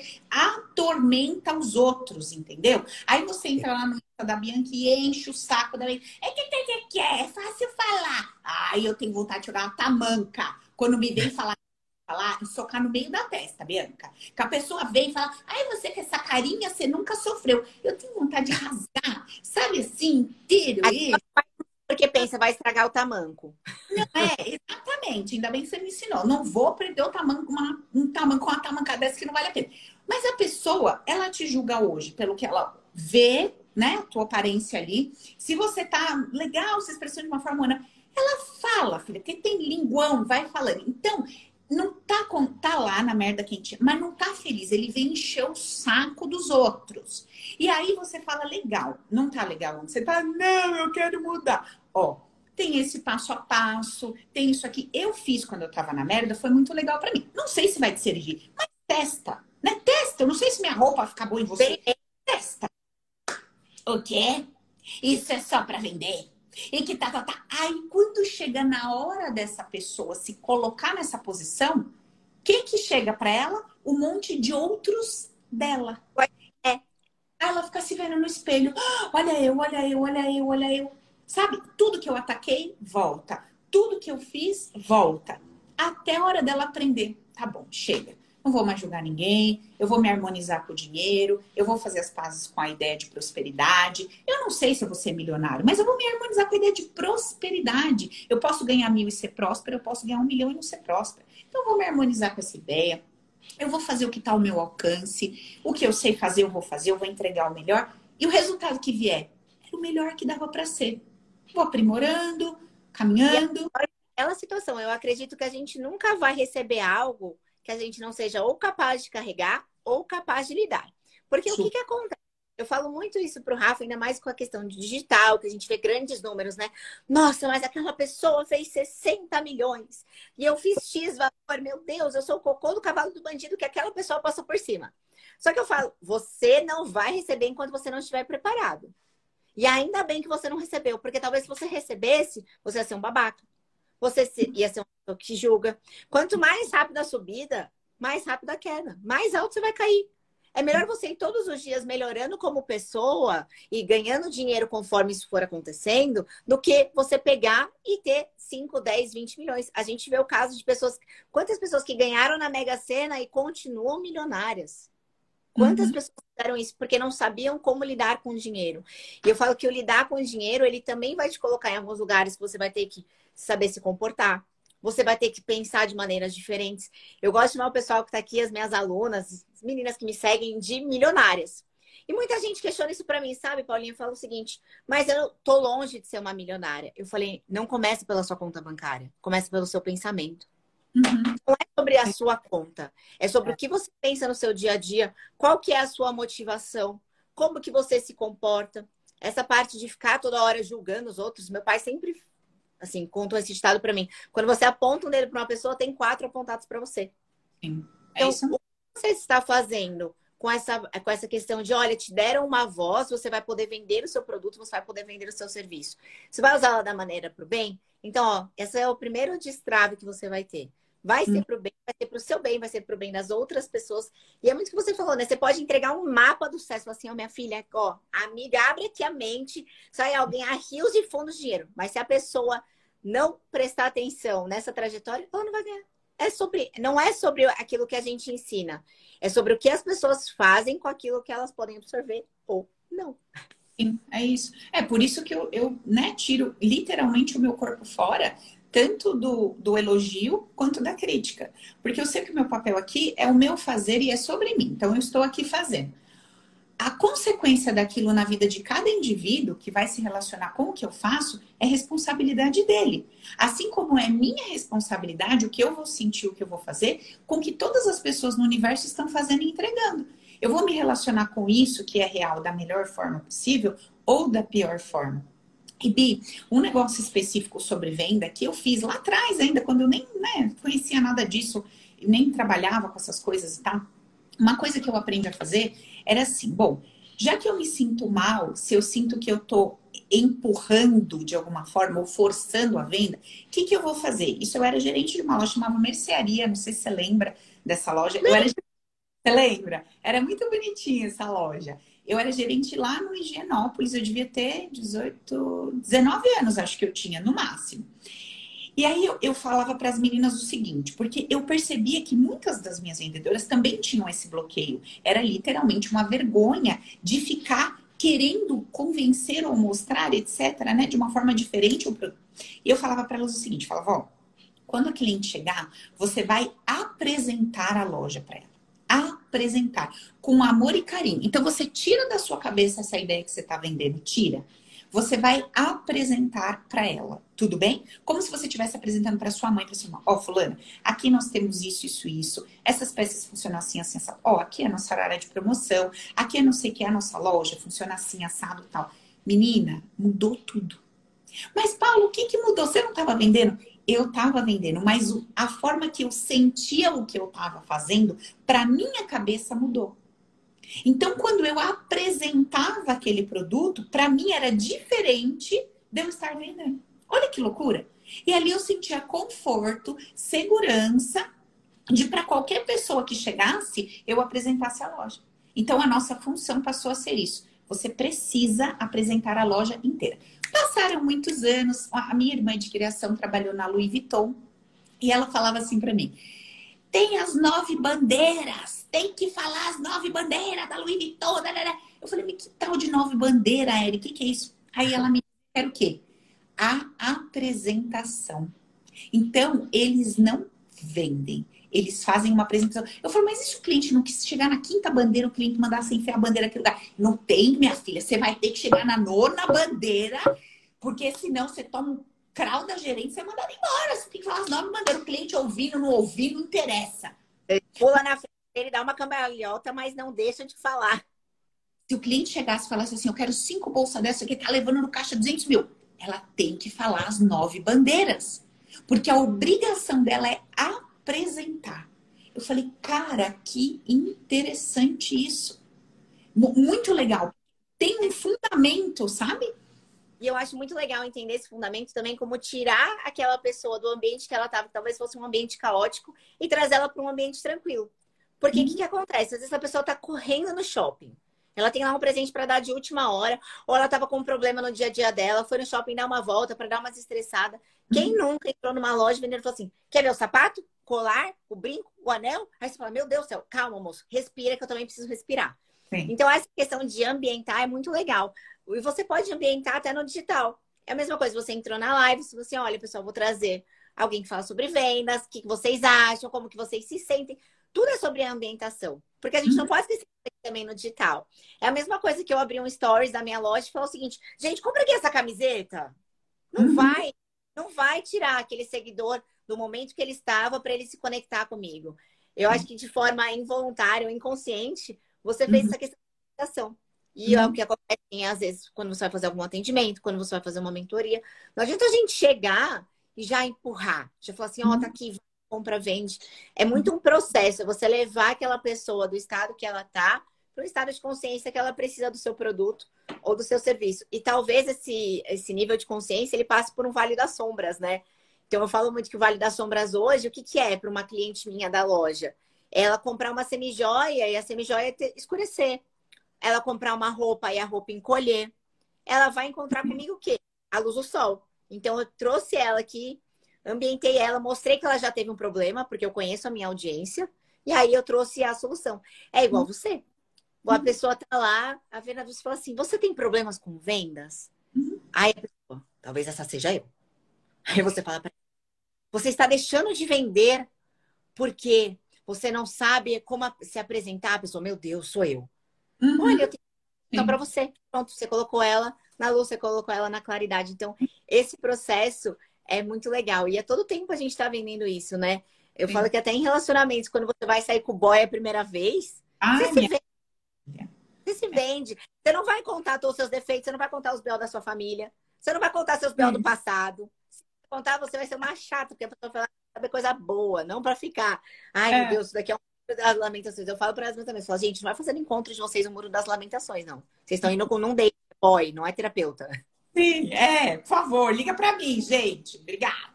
atormenta os outros, entendeu? Aí você entra lá no Insta da Bianca e enche o saco da Bianca. É que, que, que, que é? É fácil falar. Ai, eu tenho vontade de jogar uma tamanca. Quando me vem falar, falar e socar no meio da testa, Bianca. Que a pessoa vem e fala, ai, você com essa carinha, você nunca sofreu. Eu tenho vontade de rasgar, sabe assim, inteiro isso. Porque pensa, vai estragar o tamanco. Não, é, exatamente. Ainda bem que você me ensinou. Não vou aprender o tamanco, uma, um tamanco com uma tamanca dessa que não vale a pena. Mas a pessoa, ela te julga hoje pelo que ela vê, né? A tua aparência ali. Se você tá legal, se expressando de uma forma humana, Fala, filha, porque tem linguão, vai falando. Então, não tá, com, tá lá na merda quente, mas não tá feliz. Ele vem encher o saco dos outros. E aí você fala, legal, não tá legal. Você tá, não, eu quero mudar. Ó, tem esse passo a passo, tem isso aqui. Eu fiz quando eu tava na merda, foi muito legal pra mim. Não sei se vai te servir, mas testa, né? Testa. Eu não sei se minha roupa vai ficar boa em você. Testa. O quê? Isso é só pra vender? E que tá, tá, tá. Aí, quando chega na hora dessa pessoa se colocar nessa posição, o que que chega pra ela? Um monte de outros dela. É. Aí ela fica se vendo no espelho. Ah, olha eu, olha eu, olha eu, olha eu. Sabe? Tudo que eu ataquei, volta. Tudo que eu fiz, volta. Até a hora dela aprender. Tá bom, chega. Não vou mais julgar ninguém, eu vou me harmonizar com o dinheiro, eu vou fazer as pazes com a ideia de prosperidade. Eu não sei se eu vou ser milionário, mas eu vou me harmonizar com a ideia de prosperidade. Eu posso ganhar mil e ser próspero, eu posso ganhar um milhão e não ser próspero. Então eu vou me harmonizar com essa ideia. Eu vou fazer o que está ao meu alcance. O que eu sei fazer, eu vou fazer, eu vou entregar o melhor. E o resultado que vier era o melhor que dava para ser. Vou aprimorando, caminhando. E aquela situação, eu acredito que a gente nunca vai receber algo que a gente não seja ou capaz de carregar ou capaz de lidar. Porque Sim. o que, que acontece? Eu falo muito isso pro Rafa, ainda mais com a questão de digital, que a gente vê grandes números, né? Nossa, mas aquela pessoa fez sessenta milhões e eu fiz X valor. Meu Deus, eu sou o cocô do cavalo do bandido que aquela pessoa passou por cima. Só que eu falo, você não vai receber enquanto você não estiver preparado. E ainda bem que você não recebeu, porque talvez se você recebesse, você ia ser um babaca. Você ia ser uma pessoa que julga. Quanto mais rápida a subida, mais rápida a queda. Mais alto você vai cair. É melhor você ir todos os dias melhorando como pessoa e ganhando dinheiro conforme isso for acontecendo, do que você pegar e ter cinco, dez, vinte milhões. A gente vê o caso de pessoas... Quantas pessoas que ganharam na Mega Sena e continuam milionárias? Quantas uhum. pessoas fizeram isso porque não sabiam como lidar com o dinheiro? E eu falo que o lidar com o dinheiro, ele também vai te colocar em alguns lugares que você vai ter que saber se comportar. Você vai ter que pensar de maneiras diferentes. Eu gosto de chamar o pessoal que está aqui, as minhas alunas, as meninas que me seguem, de milionárias. E muita gente questiona isso para mim, sabe, Paulinha? Fala o seguinte, mas eu tô longe de ser uma milionária. Eu falei, não comece pela sua conta bancária. Comece pelo seu pensamento. Uhum. Não é sobre a sua conta. É sobre é. o que você pensa no seu dia a dia. Qual que é a sua motivação. Como que você se comporta. Essa parte de ficar toda hora julgando os outros. Meu pai sempre... assim, contam esse ditado pra mim. Quando você aponta um dedo pra uma pessoa, tem quatro apontados pra você. Sim. É então, isso. O que você está fazendo com essa, com essa questão de, olha, te deram uma voz, você vai poder vender o seu produto, você vai poder vender o seu serviço. Você vai usá-la da maneira pro bem? Então, ó, esse é o primeiro destrave que você vai ter. Vai ser hum. pro bem, vai ser pro seu bem, vai ser pro bem das outras pessoas. E é muito o que você falou, né? Você pode entregar um mapa do sucesso. Falar assim, ó, oh, minha filha, ó, amiga, abre aqui a mente, sai alguém a rios e fundos de dinheiro. Mas se a pessoa não prestar atenção nessa trajetória, ela não vai ganhar. É sobre, não é sobre aquilo que a gente ensina. É sobre o que as pessoas fazem com aquilo que elas podem absorver ou não. Sim, é isso. É por isso que eu, eu né, tiro literalmente o meu corpo fora, tanto do, do elogio quanto da crítica. Porque eu sei que o meu papel aqui é o meu fazer e é sobre mim. Então eu estou aqui fazendo. A consequência daquilo na vida de cada indivíduo que vai se relacionar com o que eu faço é responsabilidade dele. Assim como é minha responsabilidade o que eu vou sentir, o que eu vou fazer, com o que todas as pessoas no universo estão fazendo e entregando. Eu vou me relacionar com isso que é real da melhor forma possível ou da pior forma. E Bi, um negócio específico sobre venda que eu fiz lá atrás ainda, quando eu nem né, conhecia nada disso, nem trabalhava com essas coisas e tal. Uma coisa que eu aprendi a fazer era assim, bom, já que eu me sinto mal, se eu sinto que eu tô empurrando de alguma forma ou forçando a venda, o que, que eu vou fazer? Isso eu era gerente de uma loja chamada Mercearia, não sei se você lembra dessa loja. Eu era, você lembra? Era muito bonitinha essa loja. Eu era gerente lá no Higienópolis, eu devia ter dezoito, dezenove anos, acho que eu tinha, no máximo. E aí eu, eu falava para as meninas o seguinte, porque eu percebia que muitas das minhas vendedoras também tinham esse bloqueio. Era literalmente uma vergonha de ficar querendo convencer ou mostrar, etcétera, né, de uma forma diferente o produto. E eu falava para elas o seguinte, falava, ó, quando a cliente chegar, você vai apresentar a loja para ela. Apresentar com amor e carinho. Então você tira da sua cabeça essa ideia que você está vendendo, tira. Você vai apresentar para ela, tudo bem? Como se você estivesse apresentando para sua mãe, para sua irmã. Ó, fulana, aqui nós temos isso, isso, isso. Essas peças funcionam assim, assim, assado. Ó, aqui é a nossa área de promoção. Aqui é não sei o que é a nossa loja, funciona assim, assado e tal. Menina, mudou tudo. Mas, Paulo, o que que mudou? Você não estava vendendo? Eu estava vendendo, mas a forma que eu sentia o que eu estava fazendo, para minha cabeça mudou. Então, quando eu apresentava aquele produto, para mim era diferente de eu estar vendendo. Olha que loucura! E ali eu sentia conforto, segurança, de para qualquer pessoa que chegasse, eu apresentasse a loja. Então, a nossa função passou a ser isso. Você precisa apresentar a loja inteira. Passaram muitos anos, a minha irmã de criação trabalhou na Louis Vuitton e ela falava assim para mim: tem as nove bandeiras, tem que falar as nove bandeiras da Louis Vuitton. Eu falei, mas que tal de nove bandeiras, Eri? O que, que é isso? Aí ela me disse, quer o quê? A apresentação. Então, eles não vendem. Eles fazem uma apresentação. Eu falo, mas e se o cliente não quis chegar na quinta bandeira, o cliente mandasse enfiar a bandeira naquele lugar? Não tem, minha filha. Você vai ter que chegar na nona bandeira, porque senão você toma um crau da gerente, você é mandado embora. Você tem que falar as nove bandeiras. O cliente ouvindo, não ouvindo, não interessa. Ele pula na frente, ele dá uma cambalhota, mas não deixa de falar. Se o cliente chegasse e falasse assim, eu quero cinco bolsas dessa aqui, tá levando no caixa duzentos mil. Ela tem que falar as nove bandeiras. Porque a obrigação dela é apresentar. Eu falei, cara, que interessante isso. Muito legal. Tem um fundamento, sabe? E eu acho muito legal entender esse fundamento também, como tirar aquela pessoa do ambiente que ela estava, que talvez fosse um ambiente caótico, e trazer ela para um ambiente tranquilo. Porque o hum. que, que acontece? Às vezes a pessoa está correndo no shopping. Ela tem lá um presente para dar de última hora, ou ela estava com um problema no dia a dia dela, foi no shopping dar uma volta para dar uma desestressada. Quem hum. nunca entrou numa loja vendendo e falou assim, quer ver o sapato, colar, o brinco, o anel? Aí você fala, meu Deus do céu, calma, moço, respira que eu também preciso respirar. Sim. Então essa questão de ambientar é muito legal. E você pode ambientar até no digital. É a mesma coisa, você entrou na live, se você, olha, pessoal, vou trazer alguém que fala sobre vendas, o que vocês acham, como que vocês se sentem. Tudo é sobre a ambientação. Porque a gente não pode esquecer também no digital. É a mesma coisa que eu abri um stories da minha loja e falei o seguinte, gente, compra aqui essa camiseta. Não uhum. vai, não vai tirar aquele seguidor do momento que ele estava para ele se conectar comigo. Eu uhum. acho que de forma involuntária ou inconsciente, você fez uhum. essa questão de ambientação. E uhum. é o que acontece, às vezes, quando você vai fazer algum atendimento, quando você vai fazer uma mentoria. Não adianta a gente chegar e já empurrar. Já falar assim, ó, oh, tá aqui, compra, vende. É muito um processo. É você levar aquela pessoa do estado que ela tá para o estado de consciência que ela precisa do seu produto ou do seu serviço. E talvez esse, esse nível de consciência, ele passe por um vale das sombras, né? Então, eu falo muito que o vale das sombras hoje, o que, que é para uma cliente minha da loja? Ela comprar uma semijoia e a semijoia escurecer. Ela comprar uma roupa e a roupa encolher. Ela vai encontrar comigo o quê? A luz do sol. Então, eu trouxe ela aqui, ambientei ela, mostrei que ela já teve um problema, porque eu conheço a minha audiência, e aí eu trouxe a solução. É igual você. A pessoa tá lá, a vendedora fala assim, você tem problemas com vendas? Uhum. Aí a pessoa, talvez essa seja eu. Aí você fala pra ela, você está deixando de vender porque você não sabe como se apresentar. A pessoa, meu Deus, sou eu. Uhum. Olha, eu tenho então para você. Pronto, você colocou ela na luz, você colocou ela na claridade. Então, esse processo é muito legal. E a todo tempo a gente está vendendo isso, né? Eu Sim. falo que até em relacionamentos, quando você vai sair com o boy a primeira vez, Ai, você, se minha... vende. você se vende. Você não vai contar todos os seus defeitos, você não vai contar os B O da sua família, você não vai contar seus B O do passado. Se você contar, você vai ser uma chata, porque a pessoa vai saber coisa boa, não para ficar. Ai, é. meu Deus, isso daqui é um das lamentações. Eu falo para as minhas também, falo, gente, não vai fazer encontro de vocês no muro das lamentações, não. Vocês estão indo com um date boy, não é terapeuta. Sim, é, por favor, liga para mim, gente. Obrigada.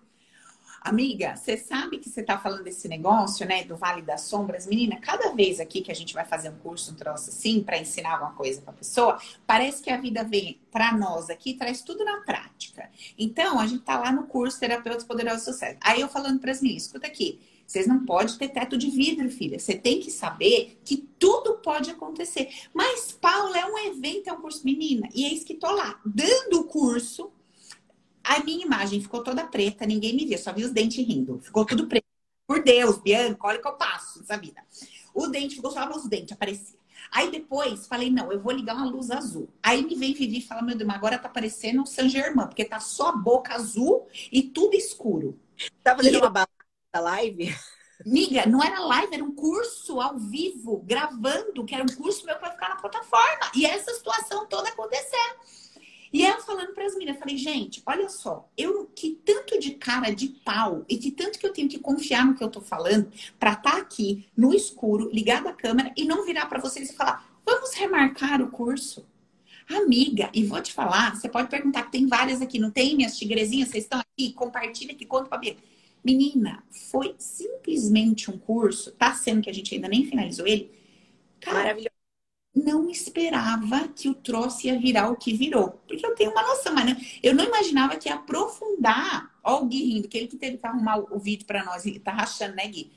Amiga, você sabe que você tá falando desse negócio, né, do Vale das Sombras? Menina, cada vez aqui que a gente vai fazer um curso, um troço assim, para ensinar alguma coisa pra pessoa, parece que a vida vem para nós aqui, traz tudo na prática. Então, a gente tá lá no curso Terapeutas Poderosos do Sucesso. Aí eu falando para as meninas, escuta aqui, vocês não podem ter teto de vidro, filha. Você tem que saber que tudo pode acontecer. Mas, Paula, é um evento, é um curso. Menina, e eis que tô lá, dando o curso. A minha imagem ficou toda preta, ninguém me via, só vi os dentes rindo. Ficou tudo preto. Por Deus, Bianca, olha o que eu passo nessa vida. O dente ficou só os dentes, aparecia. Aí depois falei, não, eu vou ligar uma luz azul. Aí me vem Vivi e fala, meu Deus, mas agora tá parecendo um Saint-Germain, porque tá só a boca azul e tudo escuro. Tá fazendo E uma balada live? Miga, não era live, era um curso ao vivo, gravando, que era um curso meu para ficar na plataforma. E essa situação toda acontecendo. E eu falando para as meninas, falei, gente, olha só, eu que tanto de cara de pau e de tanto que eu tenho que confiar no que eu tô falando para estar aqui no escuro, ligado à câmera e não virar para vocês e falar, vamos remarcar o curso. Amiga, e vou te falar, você pode perguntar que tem várias aqui, não tem, minhas tigrezinhas, vocês estão aqui, compartilha aqui, conta pra mim. Menina, foi simplesmente um curso, tá sendo que a gente ainda nem finalizou ele. Cara, maravilhoso. Não esperava que o troço ia virar o que virou. Porque eu tenho uma noção, mas não, eu não imaginava que ia aprofundar. Ó o Gui rindo, que ele que teve que arrumar o, o vídeo pra nós, e tá rachando, né, Gui?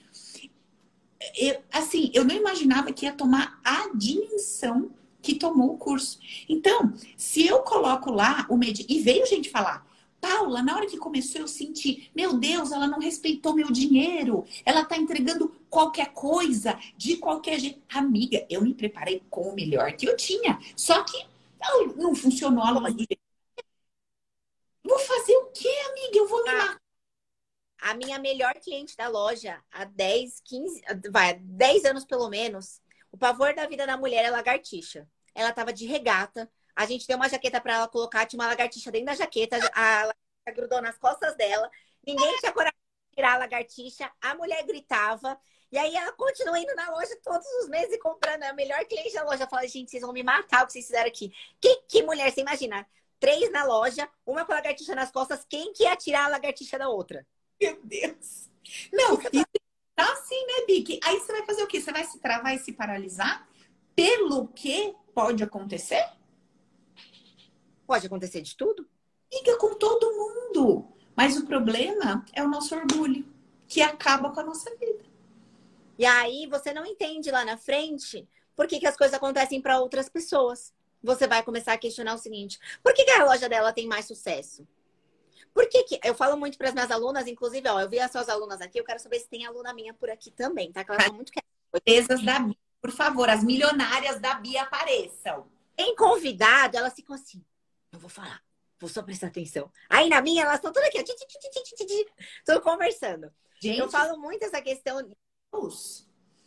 Eu, assim, eu não imaginava que ia tomar a dimensão que tomou o curso. Então, se eu coloco lá o med... E veio gente falar, Paula, na hora que começou eu senti, meu Deus, ela não respeitou meu dinheiro, ela tá entregando qualquer coisa, de qualquer jeito. Amiga, eu me preparei com o melhor que eu tinha, só que não, não funcionou a luz do jeito. Vou fazer o quê, amiga? Eu vou me matar. A minha melhor cliente da loja, há dez, quinze, vai, dez anos pelo menos, o pavor da vida da mulher é lagartixa. Ela tava de regata, a gente deu uma jaqueta para ela colocar, tinha uma lagartixa dentro da jaqueta, a lagartixa grudou nas costas dela, ninguém tinha coragem de tirar a lagartixa, a mulher gritava, e aí ela continua indo na loja todos os meses e comprando, é a melhor cliente da loja. Fala, gente, vocês vão me matar o que vocês fizeram aqui. Que, que mulher, você imagina? Três na loja, uma com a lagartixa nas costas, quem que ia tirar a lagartixa da outra? Meu Deus! Não, e tá assim, né, Bic? Aí você vai fazer o quê? Você vai se travar e se paralisar? Pelo que pode acontecer? Pode acontecer de tudo. Fica com todo mundo. Mas o problema é o nosso orgulho, que acaba com a nossa vida. E aí você não entende lá na frente por que, que as coisas acontecem para outras pessoas. Você vai começar a questionar o seguinte: por que, que a loja dela tem mais sucesso? Por que que... Eu falo muito para as minhas alunas, inclusive, ó, eu vi as suas alunas aqui, eu quero saber se tem aluna minha por aqui também, tá? Que elas são muito quietas. Da Bia, por favor, as milionárias da Bia apareçam. Tem convidado, elas ficam assim, eu vou falar, vou só prestar atenção. Aí na minha, elas estão todas aqui, estou conversando. Gente, eu falo muito essa questão... Deus.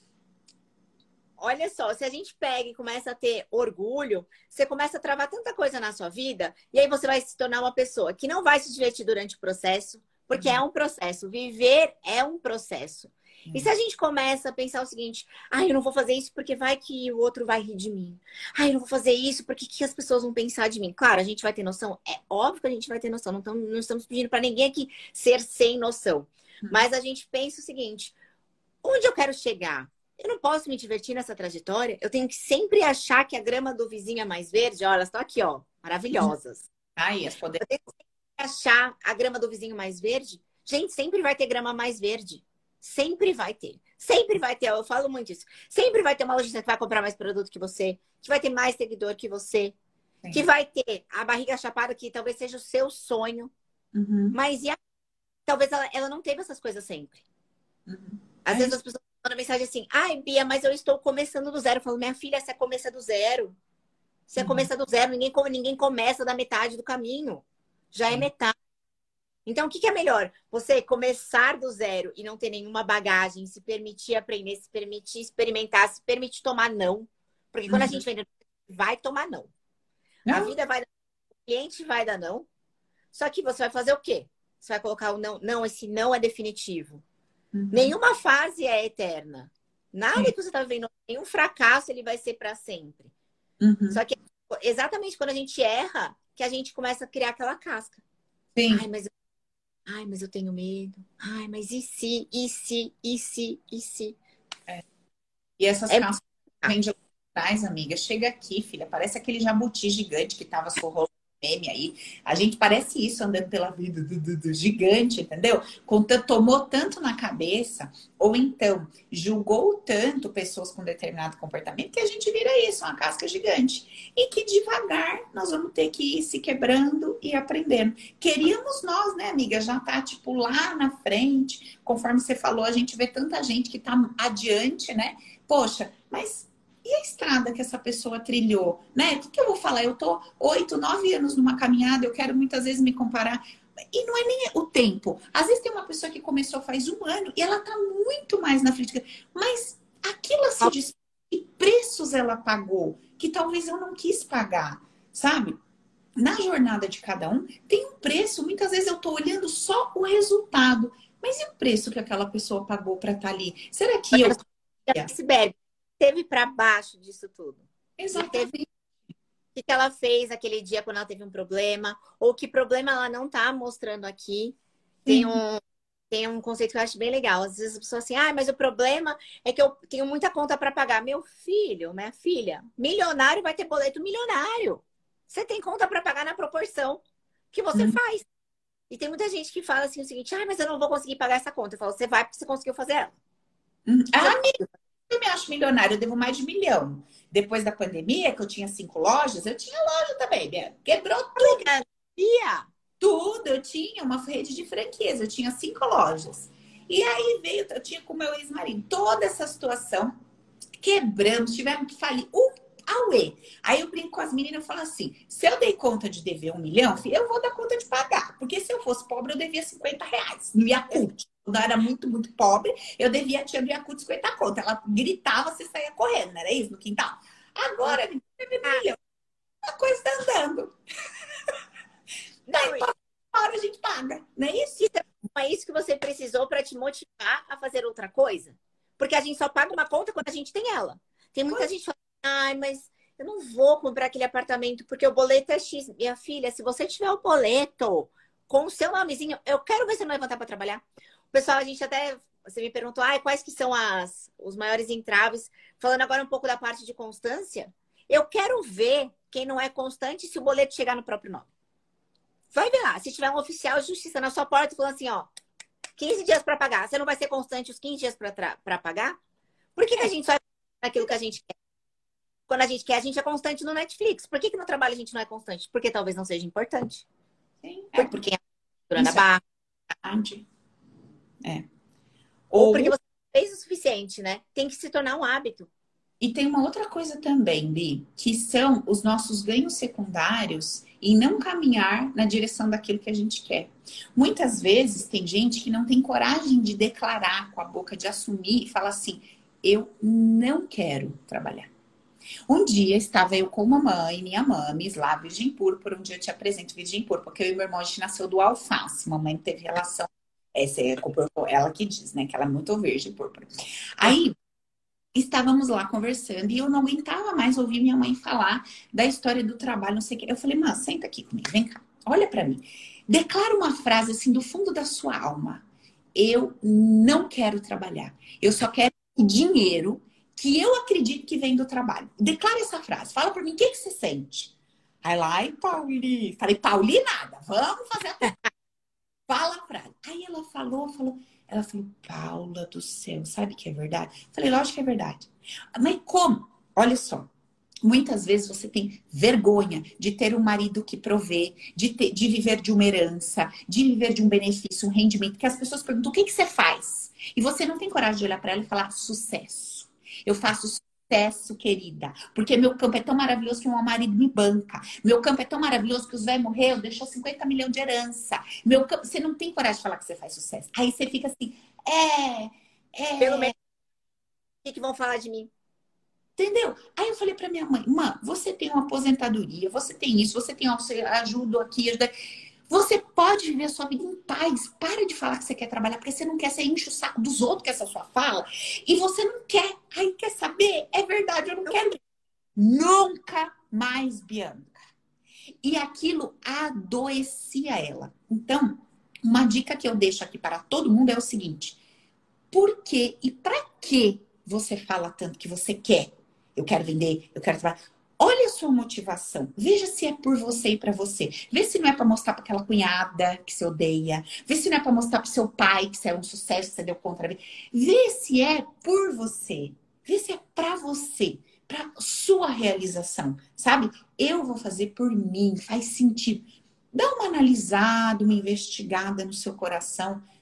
Olha só, se a gente pega e começa a ter orgulho, você começa a travar tanta coisa na sua vida, e aí você vai se tornar uma pessoa que não vai se divertir durante o processo, porque uhum. é um processo. Viver é um processo. Uhum. E se a gente começa a pensar o seguinte, ai, eu não vou fazer isso porque vai que o outro vai rir de mim. Ai, eu não vou fazer isso porque que as pessoas vão pensar de mim. Claro, a gente vai ter noção. É óbvio que a gente vai ter noção. Não estamos, não estamos pedindo para ninguém aqui ser sem noção. Uhum. Mas a gente pensa o seguinte, onde eu quero chegar? Eu não posso me divertir nessa trajetória. Eu tenho que sempre achar que a grama do vizinho é mais verde. Olha, elas estão aqui, ó, maravilhosas. Ai, as poder... Eu tenho que sempre achar a grama do vizinho mais verde. Gente, sempre vai ter grama mais verde. Sempre vai ter. Sempre vai ter. Eu falo muito isso. Sempre vai ter uma lojista que vai comprar mais produto que você, que vai ter mais seguidor que você, Sim. que vai ter a barriga chapada, que talvez seja o seu sonho. Uhum. Mas e a... talvez ela, ela não teve essas coisas sempre. Uhum. Às é vezes isso. As pessoas mandam mensagem assim, ai, Bia, mas eu estou começando do zero. Eu falo, minha filha, você começa do zero. Você uhum. começa do zero. Ninguém, ninguém começa da metade do caminho. Já Sim. é metade. Então, o que, que é melhor? Você começar do zero e não ter nenhuma bagagem, se permitir aprender, se permitir experimentar, se permitir tomar não. Porque quando uhum. a gente vende, vai tomar não. não. A vida vai dar não, o cliente vai dar não. Só que você vai fazer o quê? Você vai colocar o não. Não, esse não é definitivo. Uhum. Nenhuma fase é eterna. Nada Sim. que você está vivendo, nenhum fracasso, ele vai ser para sempre. Uhum. Só que exatamente quando a gente erra, que a gente começa a criar aquela casca. Sim. Ai, mas, ai, mas eu tenho medo. Ai, mas e se, e se, e se, e se? É. E essas é... cascas que vem de trás, amiga, chega aqui, filha. Parece aquele jabuti gigante que tava sorrolando meme aí. A gente parece isso andando pela vida do, do, do gigante, entendeu? Tomou tanto na cabeça, ou então julgou tanto pessoas com determinado comportamento, que a gente vira isso, uma casca gigante. E que devagar nós vamos ter que ir se quebrando e aprendendo. Queríamos nós, né, amiga? Já tá, tipo, lá na frente. Conforme você falou, a gente vê tanta gente que tá adiante, né? Poxa, mas e a estrada que essa pessoa trilhou, né? O que, que eu vou falar? Eu tô oito, nove anos numa caminhada, eu quero muitas vezes me comparar. E não é nem o tempo. Às vezes tem uma pessoa que começou faz um ano e ela tá muito mais na frente. Mas aquilo assim, de que preços ela pagou, que talvez eu não quis pagar, sabe? Na jornada de cada um, tem um preço. Muitas vezes eu tô olhando só o resultado. Mas e o preço que aquela pessoa pagou para estar ali? Será que eu... Iceberg teve para baixo disso tudo. Exatamente. O que ela fez aquele dia quando ela teve um problema, ou que problema ela não tá mostrando aqui. Tem um, tem um conceito que eu acho bem legal. Às vezes as pessoas assim, ah, mas o problema é que eu tenho muita conta para pagar. Meu filho, minha filha, milionário vai ter boleto milionário. Você tem conta para pagar na proporção que você hum. faz. E tem muita gente que fala assim o seguinte, ah, mas eu não vou conseguir pagar essa conta. Eu falo, você vai porque você conseguiu fazer ela. Hum. Ah, eu me acho milionário, eu devo mais de milhão. Depois da pandemia, que eu tinha cinco lojas, eu tinha loja também, né? Quebrou tudo. Ia. Tudo, eu tinha uma rede de franquias, eu tinha cinco lojas. E aí veio, eu tinha com meu ex-marido, toda essa situação, quebramos, tivemos que falir um auê. Aí eu brinco com as meninas e falo assim, se eu dei conta de dever um milhão, filho, eu vou dar conta de pagar. Porque se eu fosse pobre, eu devia cinquenta reais no Yakult. Quando eu era muito, muito pobre, eu devia a tia do Yakult cinquenta conto. Ela gritava, você saía correndo, não era isso? No quintal. Agora, eu devo um milhão. A coisa tá andando. Daí, toda hora a gente paga, não é isso? Não é isso que você precisou para te motivar a fazer outra coisa? Porque a gente só paga uma conta quando a gente tem ela. Tem muita pois. gente falando, ai, mas eu não vou comprar aquele apartamento porque o boleto é X. Minha filha, se você tiver o boleto com o seu nomezinho, eu quero ver você não levantar para trabalhar. O pessoal, a gente até, você me perguntou, ai, quais que são as, os maiores entraves? Falando agora um pouco da parte de constância, eu quero ver quem não é constante se o boleto chegar no próprio nome. Vai ver lá, se tiver um oficial de justiça na sua porta falando assim, ó, quinze dias para pagar, você não vai ser constante os quinze dias para pagar? Por que, que a gente só é naquilo que a gente quer? Quando a gente quer, a gente é constante no Netflix. Por que, que no trabalho a gente não é constante? Porque talvez não seja importante. Sim, é porque é durante a barra. É. Ou, Ou porque você fez o suficiente, né? Tem que se tornar um hábito. E tem uma outra coisa também, Bi, que são os nossos ganhos secundários em não caminhar na direção daquilo que a gente quer. Muitas vezes tem gente que não tem coragem de declarar com a boca, de assumir e falar assim, eu não quero trabalhar. Um dia estava eu com mamãe, minha mames, lá, Virgem Púrpura. Um dia eu te apresento Virgem Púrpura, porque eu e meu irmão, a gente nasceu do alface. Mamãe teve relação, essa é ela que diz, né, que ela é muito Virgem Púrpura. Aí, estávamos lá conversando e eu não aguentava mais ouvir minha mãe falar da história do trabalho, não sei o que. Eu falei, mãe, senta aqui comigo, vem cá, olha pra mim. Declara uma frase assim do fundo da sua alma. Eu não quero trabalhar. Eu só quero o dinheiro que eu acredito que vem do trabalho. Declara essa frase. Fala pra mim, o que, que você sente? Aí lá, ai, Pauli. Falei, Pauli nada, vamos fazer a Fala a frase. Aí ela falou, falou... Ela falou, Paula do céu, sabe que é verdade? Falei, lógico que é verdade. Mas como? Olha só, muitas vezes você tem vergonha de ter um marido que provê, de, ter, de viver de uma herança, de viver de um benefício, um rendimento, que as pessoas perguntam, o que, que você faz? E você não tem coragem de olhar para ela e falar, sucesso. Eu faço sucesso, querida, porque meu campo é tão maravilhoso que meu marido me banca. Meu campo é tão maravilhoso que os velhos morreram, deixou cinquenta milhões de herança. Meu campo... Você não tem coragem de falar que você faz sucesso. Aí você fica assim, é... é... Pelo menos, o que, que vão falar de mim? Entendeu? Aí eu falei pra minha mãe, mãe, você tem uma aposentadoria, você tem isso, você tem você ajuda aqui, ajuda... Você pode viver a sua vida em paz. Para de falar que você quer trabalhar, porque você não quer, você enche o saco dos outros com essa sua fala. E você não quer. Aí quer saber? É verdade, eu não quero. Nunca mais, Bianca. E aquilo adoecia ela. Então, uma dica que eu deixo aqui para todo mundo é o seguinte. Por que e para que você fala tanto que você quer? Eu quero vender, eu quero trabalhar. Olha a sua motivação. Veja se é por você e para você. Vê se não é para mostrar para aquela cunhada que você odeia. Vê se não é para mostrar para seu pai que você é um sucesso, que você deu contra ele. Vê se é por você. Vê se é para você, para sua realização, sabe? Eu vou fazer por mim, faz sentido. Dá uma analisada, uma investigada no seu coração.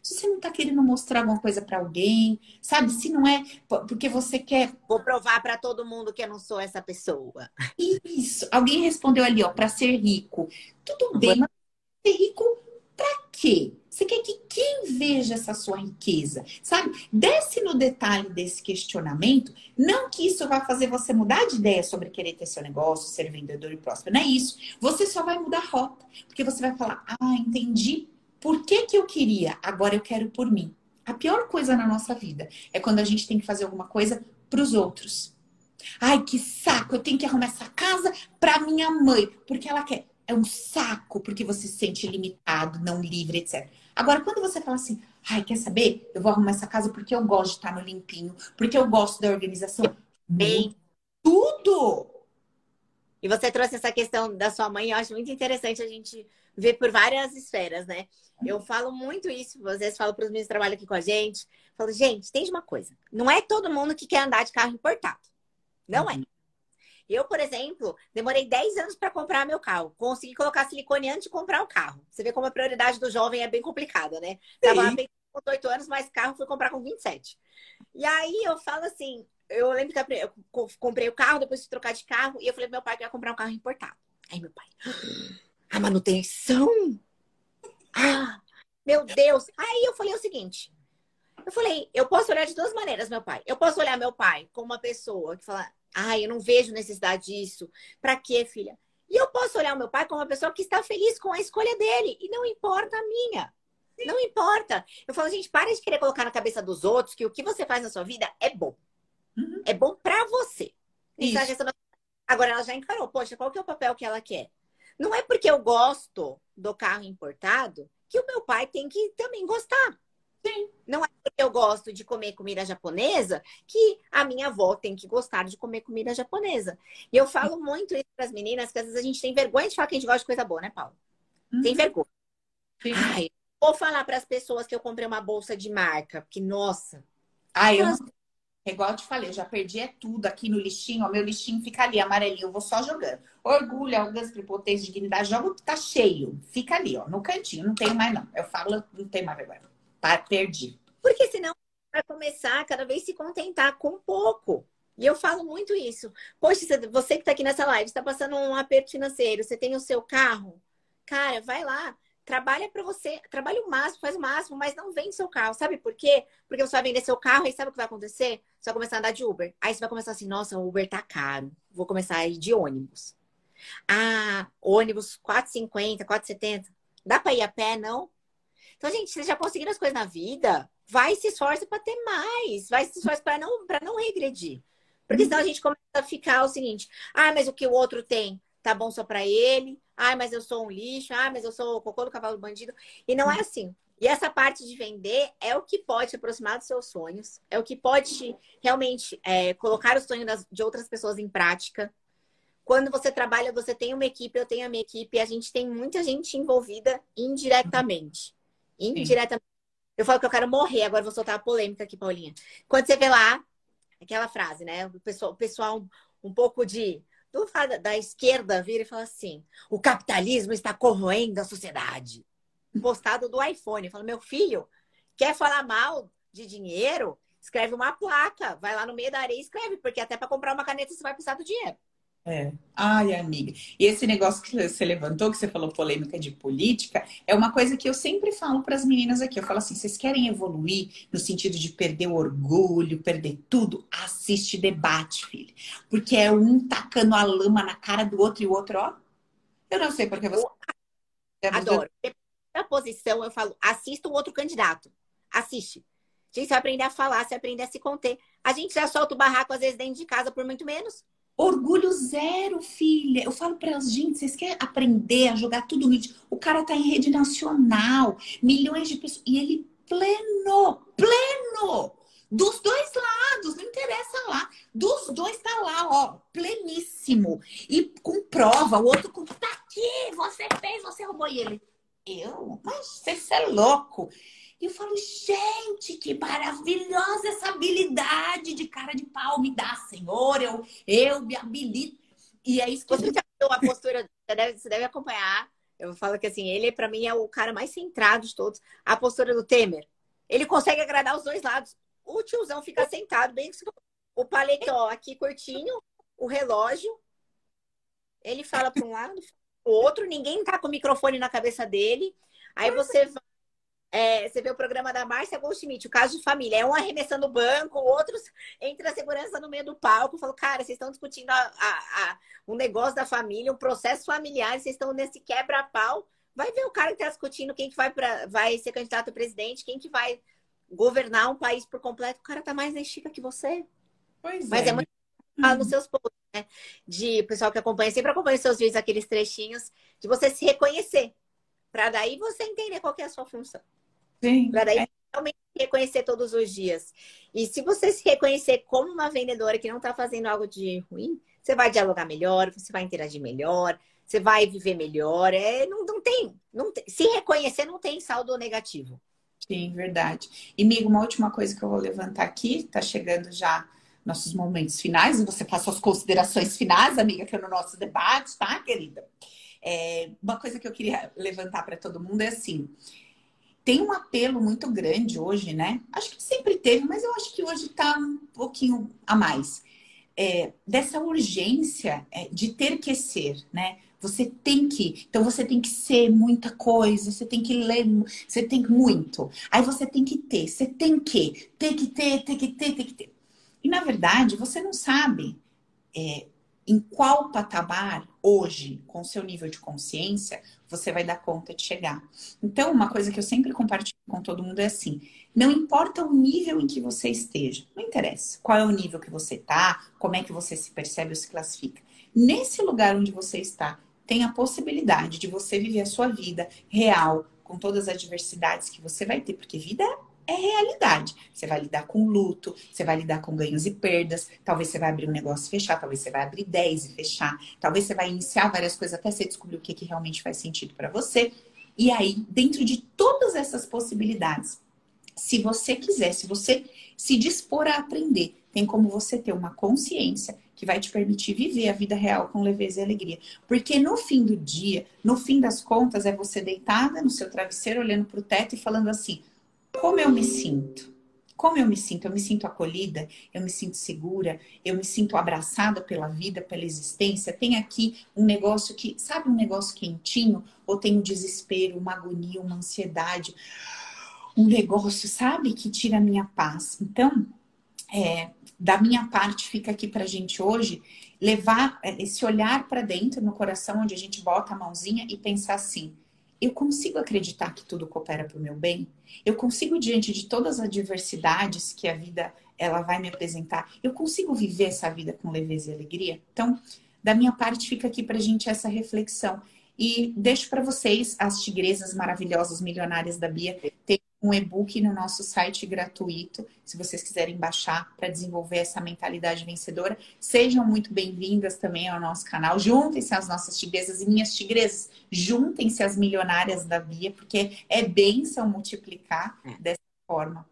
se você não tá querendo mostrar alguma coisa para alguém, sabe? Se não é porque você quer. Vou provar para todo mundo que eu não sou essa pessoa. Isso. Alguém respondeu ali, ó, para ser rico. Tudo Uhum. bem, mas ser rico pra quê? Você quer que quem veja essa sua riqueza, sabe? Desce no detalhe desse questionamento, não que isso vai fazer você mudar de ideia sobre querer ter seu negócio, ser vendedor e próspero, não é isso. Você só vai mudar a rota, porque você vai falar, ah, entendi por que que eu queria, agora eu quero por mim. A pior coisa na nossa vida é quando a gente tem que fazer alguma coisa pros outros. Ai, que saco, eu tenho que arrumar essa casa pra minha mãe, porque ela quer. É um saco, porque você se sente limitado, não livre, etcétera. Agora, quando você fala assim, ai, quer saber? Eu vou arrumar essa casa porque eu gosto de estar no limpinho, porque eu gosto da organização. Muda Bem, tudo! e você trouxe essa questão da sua mãe, eu acho muito interessante a gente ver por várias esferas, né? Eu falo muito isso, às vezes falo para os meus que trabalham aqui com a gente. Falo, gente, entende uma coisa. Não é todo mundo que quer andar de carro importado. Não é. Eu, por exemplo, demorei dez anos para comprar meu carro. Consegui colocar silicone antes de comprar o carro. Você vê como a prioridade do jovem é bem complicada, né? Tava lá pensando com oito anos, mas carro fui comprar com vinte e sete. E aí eu falo assim, eu lembro que eu comprei o carro, depois fui trocar de carro, e eu falei pro meu pai que eu ia comprar um carro importado. Aí meu pai, a manutenção? Ah, meu Deus. Aí eu falei o seguinte, eu falei, eu posso olhar de duas maneiras, meu pai. Eu posso olhar meu pai como uma pessoa que fala, ai, eu não vejo necessidade disso. Pra quê, filha? E eu posso olhar o meu pai como uma pessoa que está feliz com a escolha dele. E não importa a minha. Não importa. Eu falo, gente, para de querer colocar na cabeça dos outros que o que você faz na sua vida é bom. Uhum. É bom pra você. Isso. Agora ela já encarou. Poxa, qual que é o papel que ela quer? Não é porque eu gosto do carro importado que o meu pai tem que também gostar. Sim. Não é porque eu gosto de comer comida japonesa que a minha avó tem que gostar de comer comida japonesa. E eu falo muito isso para as meninas, que às vezes a gente tem vergonha de falar que a gente gosta de coisa boa, né, Paulo? Uhum. Tem vergonha. Sim. Ai, vou falar para as pessoas que eu comprei uma bolsa de marca, porque, nossa. Ai, eu não... É igual eu te falei, eu já perdi é tudo aqui no lixinho, ó, meu lixinho fica ali, amarelinho, eu vou só jogando. Orgulho, arrogância, prepotência, dignidade, joga o que tá cheio, fica ali, ó, no cantinho, não tenho mais não. Eu falo, não tenho mais vergonha. Tá, perdi. Porque senão vai começar a cada vez se contentar com pouco. E eu falo muito isso. Poxa, você que está aqui nessa live, está passando um aperto financeiro, você tem o seu carro, cara, vai lá, trabalha para você, trabalha o máximo, faz o máximo, mas não vende seu carro. Sabe por quê? Porque você vai vender seu carro e sabe o que vai acontecer? Você vai começar a andar de Uber. Aí você vai começar assim, nossa, o Uber tá caro. Vou começar a ir de ônibus. Ah, ônibus quatro e cinquenta, quatro e setenta. Dá para ir a pé, não? Então, gente, vocês já conseguiram as coisas na vida? Vai e se esforça para ter mais. Vai se esforça para não, para não regredir. Porque senão a gente começa a ficar o seguinte: ah, mas o que o outro tem tá bom só para ele. Ah, mas eu sou um lixo. Ah, mas eu sou o cocô do cavalo bandido. E não é assim. E essa parte de vender é o que pode te aproximar dos seus sonhos. É o que pode te, realmente é, colocar os sonhos das, de outras pessoas em prática. Quando você trabalha, você tem uma equipe, eu tenho a minha equipe. E a gente tem muita gente envolvida indiretamente. Indiretamente. Sim. Eu falo que eu quero morrer. Agora vou soltar a polêmica aqui, Paulinha. Quando você vê lá, aquela frase, né? O pessoal, o pessoal um, um pouco de... Do, da, da esquerda vira e fala assim: o capitalismo está corroendo a sociedade. Postado do iPhone. Fala, meu filho, quer falar mal de dinheiro? Escreve uma placa. Vai lá no meio da areia e escreve. Porque até para comprar uma caneta você vai precisar do dinheiro. É. Ai, amiga. E esse negócio que você levantou, que você falou polêmica de política, é uma coisa que eu sempre falo para as meninas aqui. Eu falo assim, vocês querem evoluir no sentido de perder o orgulho, perder tudo? Assiste debate, filha. Porque é um tacando a lama na cara do outro e o outro, ó. Eu não sei porque você... Eu adoro. Na posição, eu falo, assista um outro candidato. Assiste. A gente vai aprender a falar, se aprender a se conter. A gente já solta o barraco, às vezes, dentro de casa, por muito menos. Orgulho zero, filha. Eu falo para elas, gente, vocês querem aprender a jogar tudo no... O cara tá em rede nacional, milhões de pessoas. E ele pleno, pleno. Dos dois lados, não interessa lá. Dos dois tá lá, ó, pleníssimo. E com prova, o outro com... Tá aqui, você fez, você roubou. E ele, eu? Mas você é louco. E eu falo, gente, que maravilhosa essa habilidade de cara de pau. Me dá, Senhor, eu, eu me habilito. E é isso que você já viu a postura, você deve, você deve acompanhar. Eu falo que assim, ele para mim é o cara mais centrado de todos. A postura do Temer. Ele consegue agradar os dois lados. O tiozão fica sentado, bem o paletó aqui curtinho, o relógio. Ele fala para um lado, o outro, ninguém tá com o microfone na cabeça dele. Aí você vai, é, você vê o programa da Márcia Goldschmidt, o caso de família. É um arremessando o banco, o outro entra a segurança no meio do palco. Falou, cara, vocês estão discutindo a, a, a, um negócio da família, um processo familiar, vocês estão nesse quebra-pau. Vai ver o cara que está discutindo quem que vai, pra, vai ser candidato a presidente, quem que vai governar um país por completo. O cara tá mais na estica que você. Pois Mas é. é muito fala nos seus posts, né? De pessoal que acompanha, sempre acompanha os seus vídeos, aqueles trechinhos, de você se reconhecer. Para daí você entender qual que é a sua função. Sim. Para daí É. realmente se reconhecer todos os dias. E se você se reconhecer como uma vendedora que não está fazendo algo de ruim, você vai dialogar melhor, você vai interagir melhor, você vai viver melhor. É, não, não tem, não tem. Se reconhecer, não tem saldo negativo. Sim, verdade. E, amigo, uma última coisa que eu vou levantar aqui, tá chegando já nossos momentos finais, e você faz suas considerações finais, amiga, que é no nosso debate, tá, querida? É, uma coisa que eu queria levantar para todo mundo é assim, tem um apelo muito grande hoje, né? Acho que sempre teve, mas eu acho que hoje tá um pouquinho a mais. É, dessa urgência é, de ter que ser, né? Você tem que, então você tem que ser muita coisa, você tem que ler, você tem muito. Aí você tem que ter, você tem que, tem que ter, tem que ter, tem que ter. E na verdade, você não sabe é, em qual patamar hoje, com o seu nível de consciência, você vai dar conta de chegar. Então, uma coisa que eu sempre compartilho com todo mundo é assim, não importa o nível em que você esteja, não interessa qual é o nível que você está, como é que você se percebe ou se classifica. Nesse lugar onde você está, tem a possibilidade de você viver a sua vida real, com todas as adversidades que você vai ter, porque vida é realidade. Você vai lidar com luto, você vai lidar com ganhos e perdas, talvez você vai abrir um negócio e fechar, talvez você vai abrir dez e fechar, talvez você vai iniciar várias coisas até você descobrir o que, que realmente faz sentido para você. E aí, dentro de todas essas possibilidades, se você quiser, se você se dispor a aprender, tem como você ter uma consciência que vai te permitir viver a vida real com leveza e alegria. Porque no fim do dia, no fim das contas, é você deitada no seu travesseiro, olhando para o teto e falando assim, como eu me sinto? Como eu me sinto? Eu me sinto acolhida, eu me sinto segura, eu me sinto abraçada pela vida, pela existência. Tem aqui um negócio que, sabe um negócio quentinho? Ou tem um desespero, uma agonia, uma ansiedade, um negócio, sabe, que tira a minha paz. Então, é, da minha parte, fica aqui pra gente hoje, levar esse olhar para dentro, no coração, onde a gente bota a mãozinha e pensar assim, eu consigo acreditar que tudo coopera para o meu bem? Eu consigo, diante de todas as adversidades que a vida ela vai me apresentar, eu consigo viver essa vida com leveza e alegria? Então, da minha parte, fica aqui para a gente essa reflexão. E deixo para vocês, as tigresas maravilhosas, milionárias da Bia, tem um e-book no nosso site gratuito, se vocês quiserem baixar para desenvolver essa mentalidade vencedora. Sejam muito bem-vindas também ao nosso canal. Juntem-se às nossas tigresas e minhas tigresas. Juntem-se às milionárias da Bia, porque é bênção multiplicar dessa forma.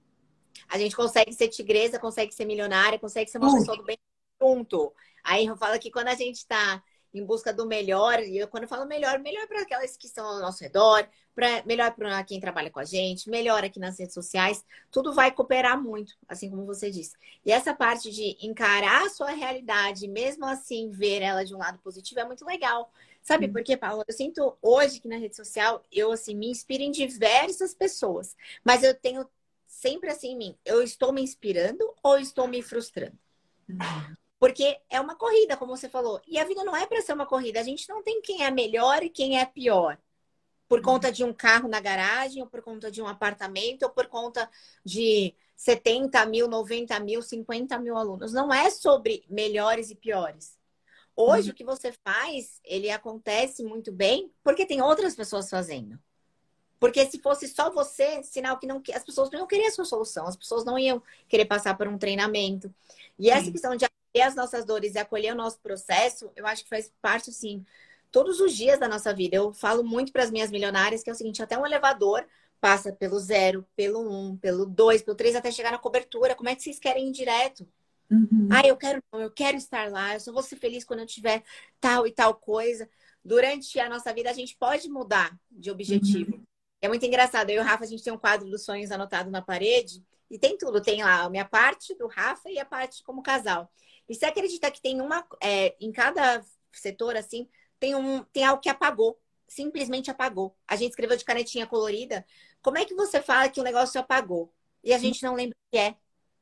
A gente consegue ser tigresa, consegue ser milionária, consegue ser uma uh. pessoa do bem junto. Aí eu falo que quando a gente está em busca do melhor, e eu quando eu falo melhor, melhor para aquelas que estão ao nosso redor, pra, melhor para quem trabalha com a gente, melhor aqui nas redes sociais, tudo vai cooperar muito, assim como você disse. E essa parte de encarar a sua realidade, mesmo assim ver ela de um lado positivo, é muito legal. Sabe por quê, Paula? Eu sinto hoje que na rede social, eu assim, me inspiro em diversas pessoas, mas eu tenho sempre assim em mim, eu estou me inspirando ou estou me frustrando? Uhum. Porque é uma corrida, como você falou. E a vida não é para ser uma corrida. A gente não tem quem é melhor e quem é pior. Por conta de um carro na garagem, ou por conta de um apartamento, ou por conta de setenta mil, noventa mil, cinquenta mil alunos. Não é sobre melhores e piores. Hoje, uhum. o que você faz, ele acontece muito bem porque tem outras pessoas fazendo. Porque se fosse só você, sinal que não, as pessoas não iam querer a sua solução. As pessoas não iam querer passar por um treinamento. E essa Sim. questão de acolher as nossas dores e acolher o nosso processo, eu acho que faz parte, assim, todos os dias da nossa vida. Eu falo muito para as minhas milionárias que é o seguinte, até um elevador passa pelo zero, pelo um, pelo dois, pelo três, até chegar na cobertura. Como é que vocês querem ir direto? Uhum. Ah, eu quero, eu quero estar lá. Eu só vou ser feliz quando eu tiver tal e tal coisa. Durante a nossa vida, a gente pode mudar de objetivo. Uhum. É muito engraçado. Eu e o Rafa, a gente tem um quadro dos sonhos anotado na parede e tem tudo. Tem lá a minha parte do Rafa e a parte como casal. E você acredita que tem uma... É, em cada setor, assim, tem, um, tem algo que apagou. Simplesmente apagou. A gente escreveu de canetinha colorida. Como é que você fala que o negócio apagou? E a gente não lembra o que é.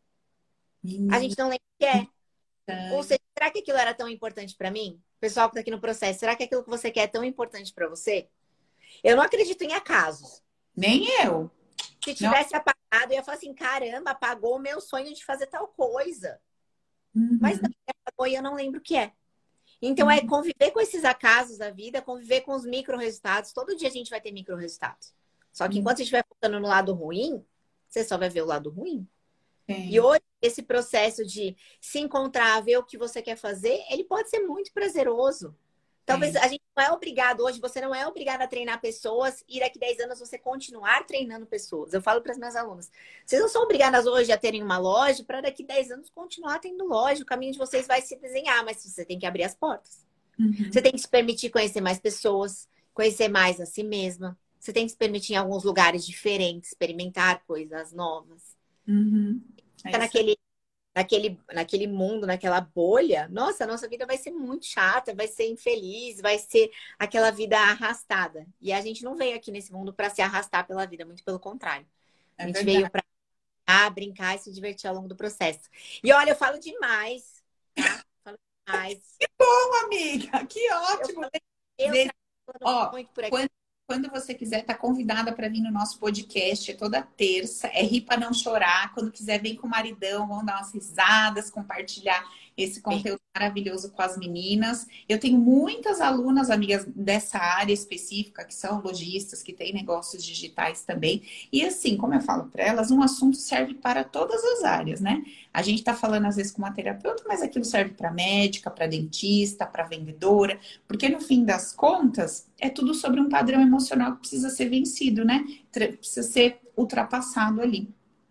A gente não lembra o que é. Ou seja, será que aquilo era tão importante para mim? Pessoal que tá aqui no processo, será que aquilo que você quer é tão importante para você? Eu não acredito em acasos. Nem eu. Se tivesse não. apagado, eu ia falar assim, caramba, apagou o meu sonho de fazer tal coisa. Uhum. Mas não, apagou e eu não lembro o que é. Então, uhum. é conviver com esses acasos da vida, conviver com os micro resultados. Todo dia a gente vai ter micro resultados. Só que uhum. enquanto você estiver focando no lado ruim, você só vai ver o lado ruim. Sim. E hoje, esse processo de se encontrar, ver o que você quer fazer, ele pode ser muito prazeroso. Talvez Sim. a gente não é obrigado hoje, você não é obrigado a treinar pessoas e daqui a dez anos você continuar treinando pessoas. Eu falo para as minhas alunas, vocês não são obrigadas hoje a terem uma loja para daqui a dez anos continuar tendo loja. O caminho de vocês vai se desenhar, mas você tem que abrir as portas. Uhum. Você tem que se permitir conhecer mais pessoas, conhecer mais a si mesma. Você tem que se permitir em alguns lugares diferentes, experimentar coisas novas. Uhum. É Fica naquele, naquele, naquele mundo, naquela bolha, nossa, a nossa vida vai ser muito chata, vai ser infeliz, vai ser aquela vida arrastada. E a gente não veio aqui nesse mundo para se arrastar pela vida, muito pelo contrário. A gente é veio para brincar e se divertir ao longo do processo. E olha, eu falo demais, tá? Falo demais. Que bom, amiga! Que ótimo! Eu, Vê... eu Ó, muito por aqui. Quando... Quando você quiser, tá convidada para vir no nosso podcast, é toda terça, é rir para não chorar. Quando quiser, vem com o maridão, vamos dar umas risadas, compartilhar esse conteúdo Sim. maravilhoso com as meninas. Eu tenho muitas alunas, amigas, dessa área específica, que são lojistas, que têm negócios digitais também. E assim, como eu falo para elas, um assunto serve para todas as áreas, né? A gente tá falando às vezes com uma terapeuta, mas aquilo serve para médica, para dentista, para vendedora, porque no fim das contas, é tudo sobre um padrão emocional que precisa ser vencido, né? Precisa ser ultrapassado ali.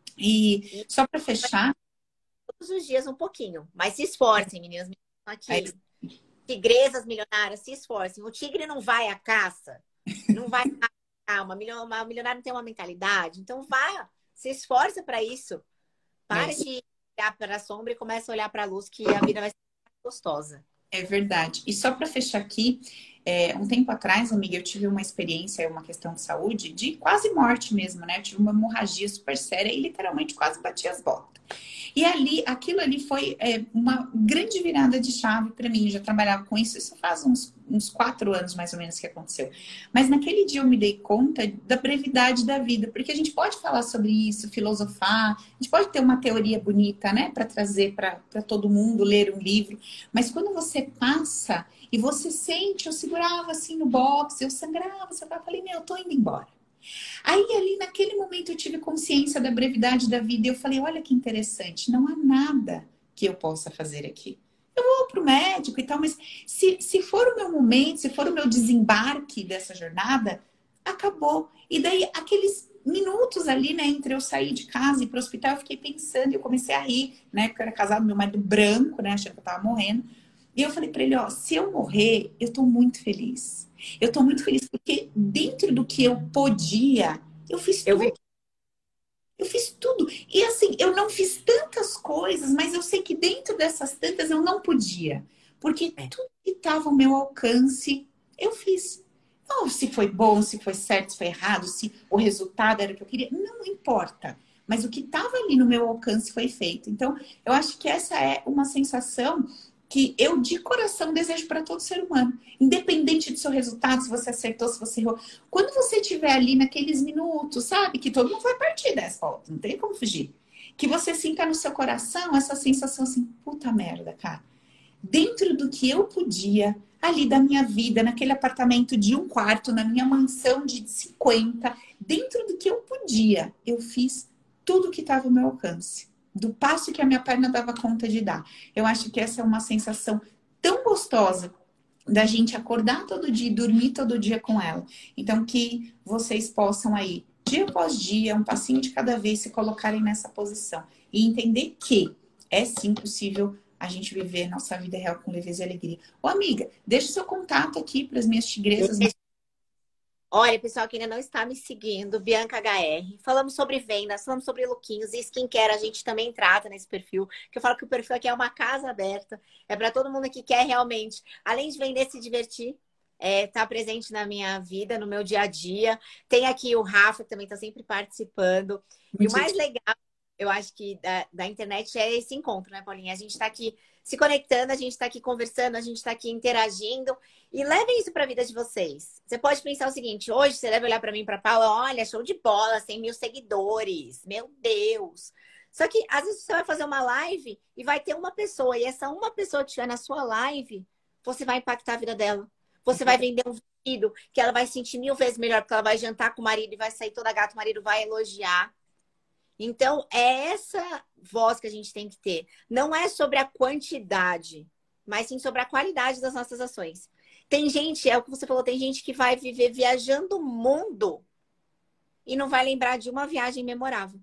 E só para fechar... Todos os dias um pouquinho, mas se esforcem, meninas. Aqui, é. Tigresas milionárias, se esforcem. O tigre não vai à caça, não vai à uma milionária não tem uma mentalidade, então vá, se esforça para isso. Pare é. de olhar para a sombra e comece a olhar para a luz, que a vida vai ser gostosa. É verdade. E só para fechar aqui, é, um tempo atrás, amiga, eu tive uma experiência, uma questão de saúde, de quase morte mesmo, né? Eu tive uma hemorragia super séria e literalmente quase bati as botas. E ali, aquilo ali foi é, uma grande virada de chave para mim. Eu já trabalhava com isso, isso faz uns, uns quatro anos mais ou menos que aconteceu. Mas naquele dia eu me dei conta da brevidade da vida, porque a gente pode falar sobre isso, filosofar, a gente pode ter uma teoria bonita, né, para trazer para todo mundo, ler um livro, mas quando você passa e você sente, eu segurava assim no box, eu sangrava, eu falei, meu, eu tô indo embora. Aí ali naquele momento eu tive consciência da brevidade da vida e eu falei, olha que interessante, não há nada que eu possa fazer aqui. Eu vou pro médico e tal, mas se, se for o meu momento, se for o meu desembarque dessa jornada, acabou. E daí aqueles minutos ali, né, entre eu sair de casa e ir pro hospital, eu fiquei pensando e eu comecei a rir, né, porque eu era casado, meu marido branco, né, achando que eu tava morrendo. E eu falei pra ele, ó, se eu morrer, eu tô muito feliz. Eu tô muito feliz porque dentro do que eu podia, eu fiz tudo. Eu, vi... eu fiz tudo. E assim, eu não fiz tantas coisas, mas eu sei que dentro dessas tantas eu não podia. Porque é. tudo que estava ao meu alcance, eu fiz. Não, se foi bom, se foi certo, se foi errado, se o resultado era o que eu queria, não importa. Mas o que estava ali no meu alcance foi feito. Então, eu acho que essa é uma sensação que eu, de coração, desejo para todo ser humano. Independente do seu resultado, se você acertou, se você errou. Quando você estiver ali naqueles minutos, sabe? Que todo mundo vai partir dessa volta, não tem como fugir. Que você sinta no seu coração essa sensação assim, puta merda, cara. Dentro do que eu podia, ali da minha vida, naquele apartamento de um quarto, na minha mansão de cinquenta, dentro do que eu podia, eu fiz tudo que estava ao meu alcance. Do passo que a minha perna dava conta de dar. Eu acho que essa é uma sensação tão gostosa da gente acordar todo dia e dormir todo dia com ela. Então, que vocês possam aí, dia após dia, um passinho de cada vez, se colocarem nessa posição. E entender que é sim possível a gente viver nossa vida real com leveza e alegria. Ô, amiga, deixa o seu contato aqui para as minhas tigresas. Olha, pessoal que ainda não está me seguindo, Bianca H R. Falamos sobre vendas, falamos sobre lookinhos e skincare. A gente também trata nesse perfil. Que eu falo que o perfil aqui é uma casa aberta. É para todo mundo que quer realmente, além de vender, se divertir. É, tá presente na minha vida, no meu dia a dia. Tem aqui o Rafa, que também está sempre participando. E o Muito mais legal, eu acho que da, da internet é esse encontro, né, Paulinha? A gente está aqui se conectando, a gente está aqui conversando, a gente está aqui interagindo. E levem isso para a vida de vocês. Você pode pensar o seguinte: hoje você deve olhar para mim, para Paula, olha, show de bola, cem mil seguidores, meu Deus. Só que às vezes você vai fazer uma live e vai ter uma pessoa, e essa uma pessoa que estiver na sua live, você vai impactar a vida dela. Você vai vender um vestido que ela vai sentir mil vezes melhor, porque ela vai jantar com o marido e vai sair toda gata, o marido vai elogiar. Então, é essa voz que a gente tem que ter. Não é sobre a quantidade, mas sim sobre a qualidade das nossas ações. Tem gente, é o que você falou, tem gente que vai viver viajando o mundo e não vai lembrar de uma viagem memorável.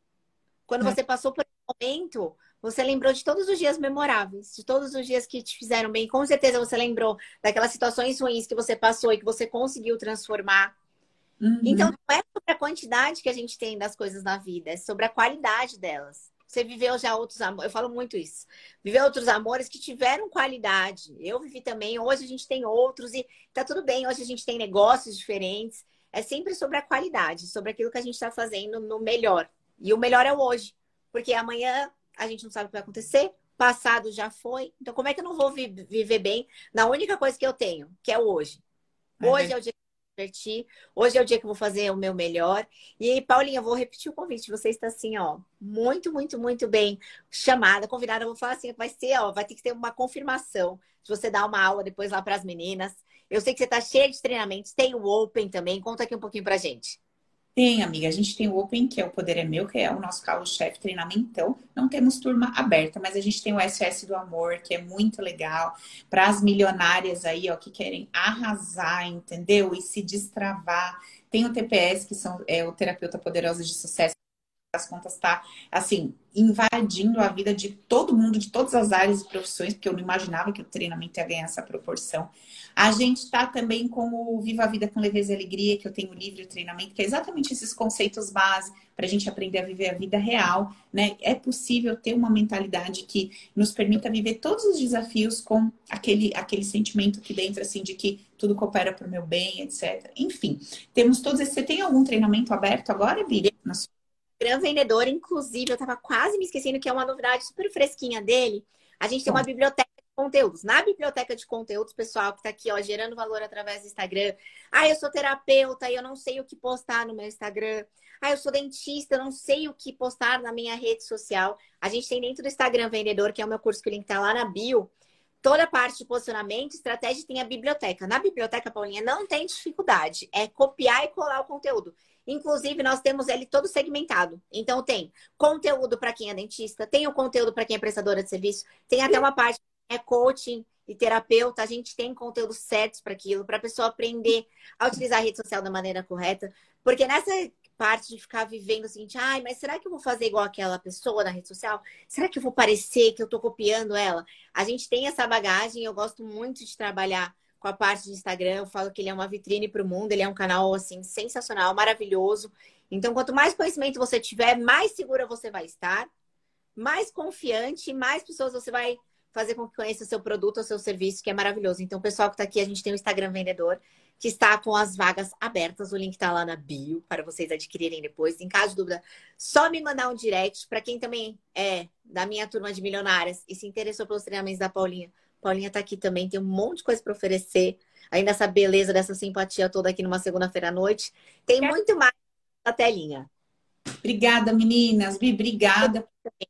Quando você passou por um momento, você lembrou de todos os dias memoráveis, de todos os dias que te fizeram bem. Com certeza você lembrou daquelas situações ruins que você passou e que você conseguiu transformar. Uhum. Então, não é sobre a quantidade que a gente tem das coisas na vida, é sobre a qualidade delas. Você viveu já outros amores, eu falo muito isso. Viveu outros amores que tiveram qualidade. Eu vivi também, hoje a gente tem outros e tá tudo bem, hoje a gente tem negócios diferentes. É sempre sobre a qualidade, sobre aquilo que a gente está fazendo no melhor. E o melhor é o hoje, porque amanhã a gente não sabe o que vai acontecer, passado já foi. Então, como é que eu não vou vi viver bem na única coisa que eu tenho, que é o hoje? Hoje é, é o dia divertir. Hoje é o dia que eu vou fazer o meu melhor. E, Paulinha, eu vou repetir o convite. Você está assim, ó, muito, muito, muito bem chamada, convidada. Eu vou falar assim, vai ser, ó, vai ter que ter uma confirmação de você dar uma aula depois lá para as meninas. Eu sei que você está cheia de treinamentos. Tem o Open também. Conta aqui um pouquinho pra gente. Tem, amiga. A gente tem o Open, que é o Poder é Meu, que é o nosso carro-chefe treinamentão. Não temos turma aberta, mas a gente tem o S O S do Amor, que é muito legal. Para as milionárias aí, ó, que querem arrasar, entendeu? E se destravar. Tem o T P S, que são, é o Terapeuta Poderosa de Sucesso. As contas tá, assim, invadindo a vida de todo mundo, de todas as áreas e profissões, porque eu não imaginava que o treinamento ia ganhar essa proporção. A gente tá também com o Viva a Vida com Leveza e Alegria, que eu tenho o livro e o treinamento, que é exatamente esses conceitos base para a gente aprender a viver a vida real, né? É possível ter uma mentalidade que nos permita viver todos os desafios com aquele, aquele sentimento aqui dentro, assim, de que tudo coopera para o meu bem, etcétera. Enfim, temos todos esses. Você tem algum treinamento aberto agora, Bíblia? Na sua... Gran Vendedor, inclusive, eu tava quase me esquecendo que é uma novidade super fresquinha dele. A gente tem uma biblioteca de conteúdos. Na biblioteca de conteúdos, pessoal, que tá aqui, ó, gerando valor através do Instagram. Ah, eu sou terapeuta e eu não sei o que postar no meu Instagram. Ah, eu sou dentista, eu não sei o que postar na minha rede social. A gente tem dentro do Instagram Vendedor, que é o meu curso, que o link tá lá na bio. Toda a parte de posicionamento, estratégia, tem a biblioteca. Na biblioteca, Paulinha, não tem dificuldade. É copiar e colar o conteúdo. Inclusive, nós temos ele todo segmentado. Então, tem conteúdo para quem é dentista, tem o conteúdo para quem é prestadora de serviço, tem até uma parte que é coaching e terapeuta. A gente tem conteúdos certos para aquilo, para a pessoa aprender a utilizar a rede social da maneira correta. Porque nessa parte de ficar vivendo o seguinte, ai, mas será que eu vou fazer igual aquela pessoa na rede social? Será que eu vou parecer que eu estou copiando ela? A gente tem essa bagagem, eu gosto muito de trabalhar com a parte de Instagram. Eu falo que ele é uma vitrine para o mundo, ele é um canal, assim, sensacional, maravilhoso. Então, quanto mais conhecimento você tiver, mais segura você vai estar, mais confiante, mais pessoas você vai fazer com que conheça o seu produto ou seu serviço, que é maravilhoso. Então, o pessoal que está aqui, a gente tem o Instagram Vendedor, que está com as vagas abertas. O link está lá na bio, para vocês adquirirem depois. Em caso de dúvida, só me mandar um direct. Para quem também é da minha turma de milionárias e se interessou pelos treinamentos da Paulinha, Paulinha tá aqui também, tem um monte de coisa para oferecer. Ainda essa beleza, dessa simpatia toda aqui numa segunda-feira à noite. Tem muito mais na telinha. Obrigada, meninas. Bi, obrigada.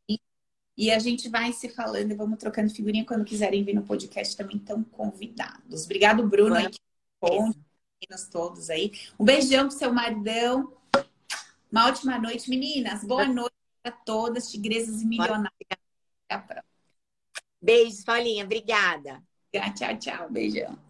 E a gente vai se falando e vamos trocando figurinha. Quando quiserem vir no podcast também estão convidados. Obrigado, Bruno. Aí, bom, meninas todos aí. Um beijão pro seu maridão. Uma ótima noite, meninas. Boa noite para todas, tigresas e milionárias. Até a próxima. Beijos, Paulinha. Obrigada. Tchau, tchau. Beijão.